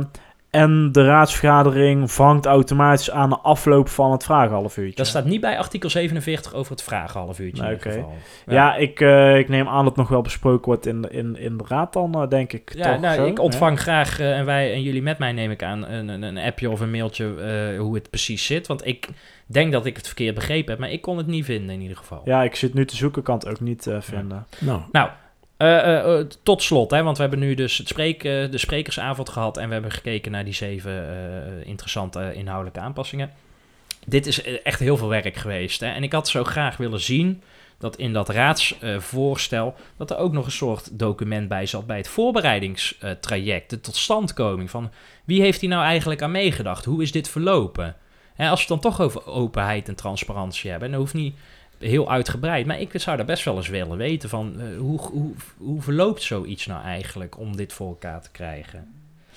C: En de raadsvergadering vangt automatisch aan de afloop van het vragenhalfuurtje.
B: Dat staat niet bij artikel zevenenveertig over het vragenhalfuurtje
C: Nee,
B: in ieder
C: oké.
B: geval.
C: Ja, ik, uh, ik neem aan dat het nog wel besproken wordt in, de- in, in de raad dan, uh, denk ik.
B: Ja,
C: toch
B: nou,
C: zo?
B: ik ontvang graag, uh, en wij en jullie met mij neem ik aan, een, een, een appje of een mailtje uh, hoe het precies zit. Want ik denk dat ik het verkeerd begrepen heb, maar ik kon het niet vinden in ieder geval.
C: Ja, ik zit nu te zoeken, kan het ook niet uh, vinden.
D: Nou,
B: Nou, uh, uh, uh, tot slot, hè, want we hebben nu dus het spreek, uh, de sprekersavond gehad en we hebben gekeken naar die zeven uh, interessante inhoudelijke aanpassingen. Dit is echt heel veel werk geweest. Hè? En ik had zo graag willen zien dat in dat raadsvoorstel uh, dat er ook nog een soort document bij zat bij het voorbereidingstraject, de totstandkoming van wie heeft hier nou eigenlijk aan meegedacht? Hoe is dit verlopen? Hè, als we het dan toch over openheid en transparantie hebben, en dat hoeft niet heel uitgebreid, maar ik zou daar best wel eens willen weten van uh, hoe, hoe, hoe verloopt zoiets nou eigenlijk om dit voor elkaar te krijgen?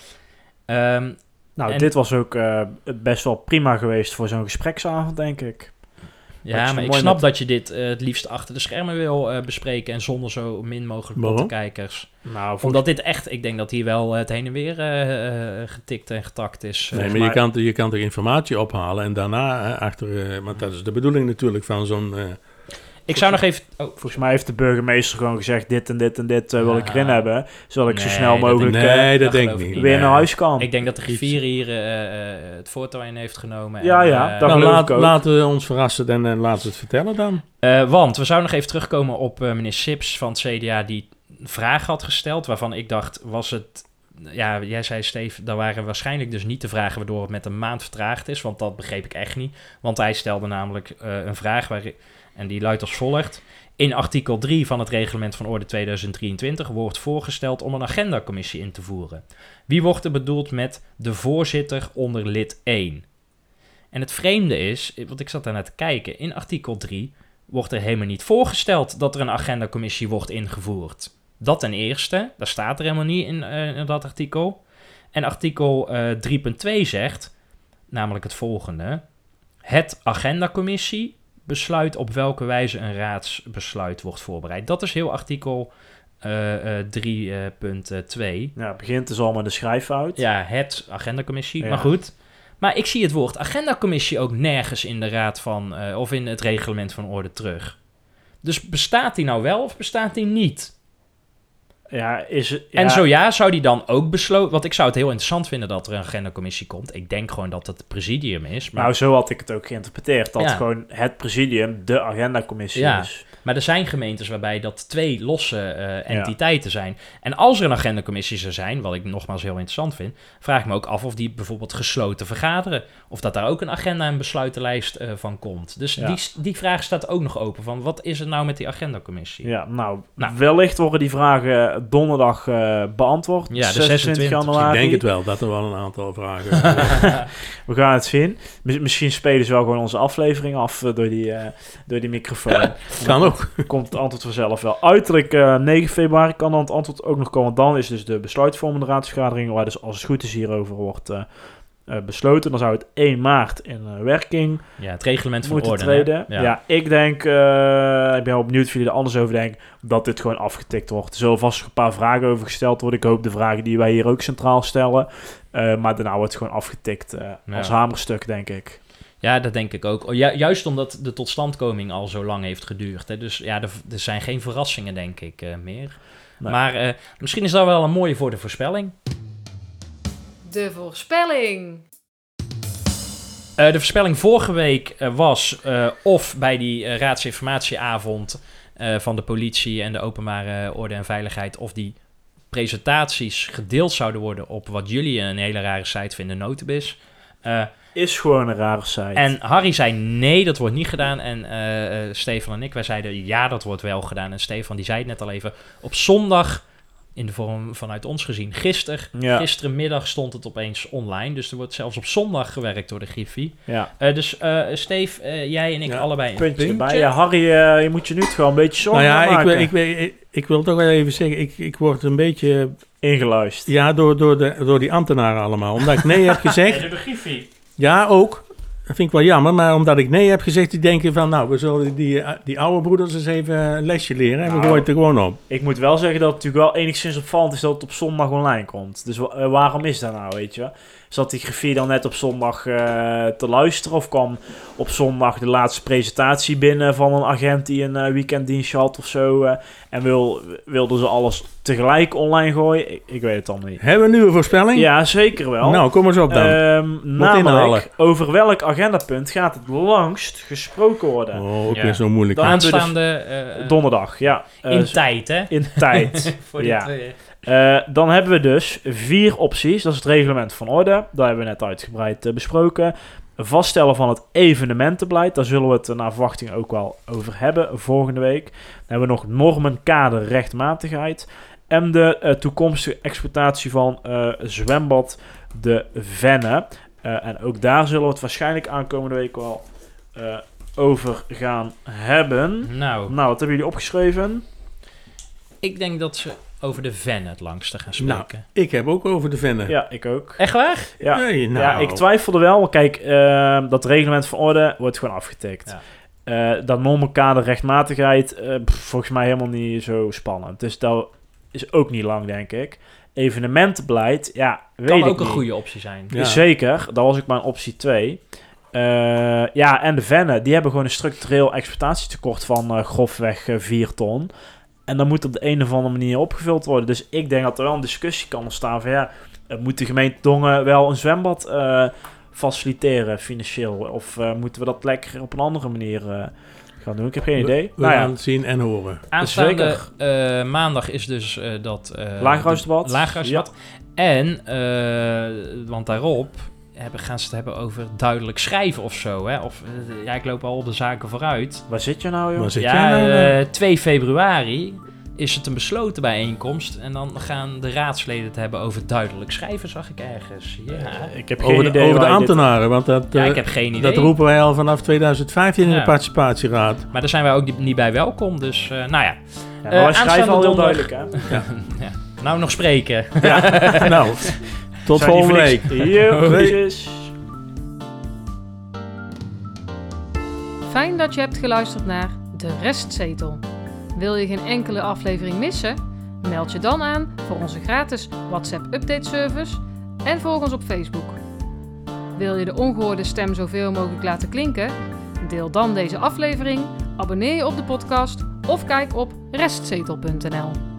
B: Um,
C: Nou,
B: en,
C: dit was ook uh, best wel prima geweest voor zo'n gespreksavond, denk ik.
B: Ja, maar ik snap met... dat je dit uh, het liefst achter de schermen wil uh, bespreken en zonder zo min mogelijk pottenkijkers.
C: Nou, volgens...
B: Omdat dit echt, ik denk dat hier wel het heen en weer uh, uh, getikt en getakt is.
D: Nee, maar je kan, je kan er informatie ophalen en daarna uh, achter, uh, want dat is de bedoeling natuurlijk van zo'n... Uh,
B: Ik zou nog even...
C: Oh. Volgens mij heeft de burgemeester gewoon gezegd, dit en dit en dit uh, wil ik erin hebben, zodat ik
B: nee,
C: zo snel mogelijk
D: dat, nee,
C: uh,
D: dat denk ik niet.
C: weer
D: nee.
C: naar huis kan.
B: Ik denk dat de griffier hier uh, uh, het voortouw in heeft genomen.
C: Ja,
B: en,
C: ja.
B: Uh,
C: dat
D: nou, laat,
C: ik ook.
D: laten we ons verrassen en uh, laten we het vertellen dan.
B: Uh, want we zouden nog even terugkomen op uh, meneer Sips van het C D A die vraag had gesteld, waarvan ik dacht, was het... Ja, jij zei, Steve, dat waren waarschijnlijk dus niet de vragen waardoor het met een maand vertraagd is, want dat begreep ik echt niet. Want hij stelde namelijk uh, een vraag, waar, en die luidt als volgt. In artikel drie van het reglement van orde tweeduizend drieëntwintig wordt voorgesteld om een agendacommissie in te voeren. Wie wordt er bedoeld met de voorzitter onder lid één? En het vreemde is, want ik zat daar naar te kijken, in artikel drie wordt er helemaal niet voorgesteld dat er een agendacommissie wordt ingevoerd. Dat ten eerste, daar staat er helemaal niet in, uh, in dat artikel. En artikel uh, drie punt twee zegt, namelijk het volgende. Het agendacommissie besluit op welke wijze een raadsbesluit wordt voorbereid. Dat is heel artikel uh, uh, drie punt twee.
C: Ja, het begint dus al met de schrijffout.
B: Ja, het agendacommissie,
C: ja.
B: Maar goed. Maar ik zie het woord agendacommissie ook nergens in de raad van, uh, of in het reglement van orde terug. Dus bestaat die nou wel of bestaat die niet?
C: Ja, is het, ja.
B: En zo ja, zou die dan ook besloten... Want ik zou het heel interessant vinden dat er een agendacommissie komt. Ik denk gewoon dat het het presidium is. Maar...
C: Nou, zo had ik het ook geïnterpreteerd. Dat
B: ja.
C: gewoon het presidium de agendacommissie
B: ja.
C: is.
B: Maar er zijn gemeentes waarbij dat twee losse uh, entiteiten ja. zijn. En als er een agendacommissie zou zijn, wat ik nogmaals heel interessant vind, vraag ik me ook af of die bijvoorbeeld gesloten vergaderen. Of dat daar ook een agenda en besluitenlijst uh, van komt. Dus ja. die, die vraag staat ook nog open van wat is het nou met die agendacommissie?
C: Ja, nou, nou. wellicht worden die vragen donderdag uh, beantwoord.
B: Ja, de zesentwintig
C: januari.
D: Ik denk het wel, dat er wel een aantal vragen
C: We gaan het zien. Misschien spelen ze wel gewoon onze aflevering af uh, door, die, uh, door die microfoon.
D: Kan ook.
C: Komt het antwoord vanzelf wel. Uiterlijk uh, negen februari kan dan het antwoord ook nog komen. Dan is dus de besluitvormende raadsvergadering, waar dus als het goed is hierover wordt uh, uh, besloten. Dan zou het één maart in uh, werking
B: Ja, het reglement van
C: moeten
B: orde.
C: treden.
B: Ja.
C: ja, ik denk, uh, ik ben wel benieuwd of jullie er anders over denken, dat dit gewoon afgetikt wordt. Er zullen vast een paar vragen over gesteld worden. Ik hoop de vragen die wij hier ook centraal stellen. Uh, maar daarna wordt het gewoon afgetikt uh,
B: ja.
C: als hamerstuk, denk ik.
B: Ja, dat denk ik ook. Ju- juist omdat de totstandkoming al zo lang heeft geduurd. Hè. Dus ja, er, er zijn geen verrassingen, denk ik, uh, meer. Nee. Maar uh, misschien is dat wel een mooie voor de voorspelling.
A: De voorspelling.
B: Uh, de voorspelling vorige week uh, was uh, of bij die uh, raadsinformatieavond uh, van de politie en de openbare orde en veiligheid, of die presentaties gedeeld zouden worden op wat jullie een hele rare site vinden, Notibis. Uh,
C: is gewoon een rare site.
B: En Harry zei nee, dat wordt niet gedaan. En uh, uh, Stefan en ik, wij zeiden ja, dat wordt wel gedaan. En Stefan die zei het net al even. Op zondag, in de vorm vanuit ons gezien, gisteren, ja. gisterenmiddag stond het opeens online. Dus er wordt zelfs op zondag gewerkt door de Griffie.
C: Ja.
B: Uh, dus uh, Steve, uh, jij en ik
C: ja,
B: allebei een
C: puntje.
B: puntje.
C: Erbij. Ja, Harry, uh, je moet je nu toch wel een beetje zorgen
D: nou ja,
C: maken.
D: Ik wil, ik, wil, ik, ik wil toch wel even zeggen, ik, ik word een beetje
C: ingeluisterd.
D: Ja, door, door, de, door die ambtenaren allemaal. Omdat ik nee heb gezegd.
B: Nee, door de Griffie.
D: Ja, ook. Dat vind ik wel jammer, maar omdat ik nee heb gezegd, die denken van, nou, we zullen die, die oude broeders eens even een lesje leren en we
C: Nou,
D: gooien het er gewoon op.
C: Ik moet wel zeggen dat het natuurlijk wel enigszins opvallend is dat het op zondag online komt. Dus wa- uh, waarom is dat nou, weet je? Zat die griffier dan net op zondag uh, te luisteren of kwam op zondag de laatste presentatie binnen van een agent die een uh, weekenddienstje had of zo uh, en wil, wilden ze alles tegelijk online gooien? Ik, ik weet het allemaal niet.
D: Hebben we nu een voorspelling?
C: Ja, zeker wel.
D: Nou, kom eens op dan.
C: Um,
D: inhalen.
C: namelijk, over welk agendapunt gaat het langst gesproken worden?
D: oh, ook
B: Ja.
D: weer zo moeilijk.
C: Dan- hebben we dus-
B: Aanstaande eh,
C: Donderdag, ja. Uh,
B: in tijd, hè?
C: in tijd.
B: Voor
C: ja.
B: dit, eh,
C: Uh, dan hebben we dus vier opties. Dat is het reglement van orde. Daar hebben we net uitgebreid uh, besproken. Vaststellen van het evenementenbeleid. Daar zullen we het uh, naar verwachting ook wel over hebben volgende week. Dan hebben we nog normen, kader, rechtmatigheid. En de uh, toekomstige exploitatie van uh, zwembad De Venne. Uh, en ook daar zullen we het waarschijnlijk aankomende week wel uh, over gaan hebben.
B: Nou,
C: Nou, wat hebben jullie opgeschreven?
B: ik denk dat ze over de Ven het langste gaan
D: Nou,
B: spreken.
D: Ik heb ook over de Venne.
C: Ja, ik ook.
B: Echt waar?
C: Ja.
D: Hey, nou.
C: Ja, ik twijfelde wel. Maar kijk, uh, dat reglement van orde wordt gewoon afgetikt. Ja. Uh, dat normenkader rechtmatigheid, uh, pff, volgens mij helemaal niet zo spannend. Dus dat is ook niet lang, denk ik. Evenementenbeleid, ja, weet
B: Kan
C: ik
B: ook een
C: niet.
B: goede optie zijn.
D: Ja.
C: Zeker, dat was ook mijn optie twee. Uh, ja, en de Venne, die hebben gewoon een structureel exploitatietekort van uh, grofweg uh, vier ton. En dat moet op de een of andere manier opgevuld worden. Dus ik denk dat er wel een discussie kan ontstaan van ja, moet de gemeente Dongen wel een zwembad uh, faciliteren financieel? Of uh, moeten we dat lekker op een andere manier uh, gaan doen? Ik heb geen idee.
D: We, we
C: nou ja,
D: gaan het zien en horen.
B: Aanstaande uh, maandag is dus uh, dat... Uh,
C: Lagerhuisdebat.
B: de- Lagerhuisdebat. En, uh, want daarop hebben, gaan ze het hebben over duidelijk schrijven of zo. Hè? Of, uh, ja, ik loop al op de zaken vooruit.
C: waar zit je nou, joh?
D: Waar zit
B: Ja,
D: jij nou?
B: uh,
D: eh?
B: twee februari is het een besloten bijeenkomst. En dan gaan de raadsleden het hebben over duidelijk schrijven, zag ik ergens. Ja,
C: Ik heb geen
D: Over de,
C: idee
D: over de
C: waar je dit-
D: ambtenaren, want dat,
B: ja
D: eh,
B: ik heb geen idee.
D: dat roepen wij al vanaf twintig vijftien in
B: Ja.
D: de participatieraad.
B: Maar daar zijn wij ook niet, niet bij welkom. Dus, uh, nou ja.
C: Ja, maar
B: Uh,
C: wij schrijven
B: aanstaande
C: al heel
B: donderdag-
C: duidelijk, hè?
B: ja. Nou, nog spreken.
D: nou, tot
C: Zijn die
D: volgende
C: voor
D: week.
C: niks- Yo,
D: Hoi.
C: groetjes.
A: Fijn dat je hebt geluisterd naar De Restzetel. Wil je geen enkele aflevering missen? Meld je dan aan voor onze gratis WhatsApp-update service en volg ons op Facebook. Wil je de ongehoorde stem zoveel mogelijk laten klinken? Deel dan deze aflevering, abonneer je op de podcast of kijk op restzetel punt n l.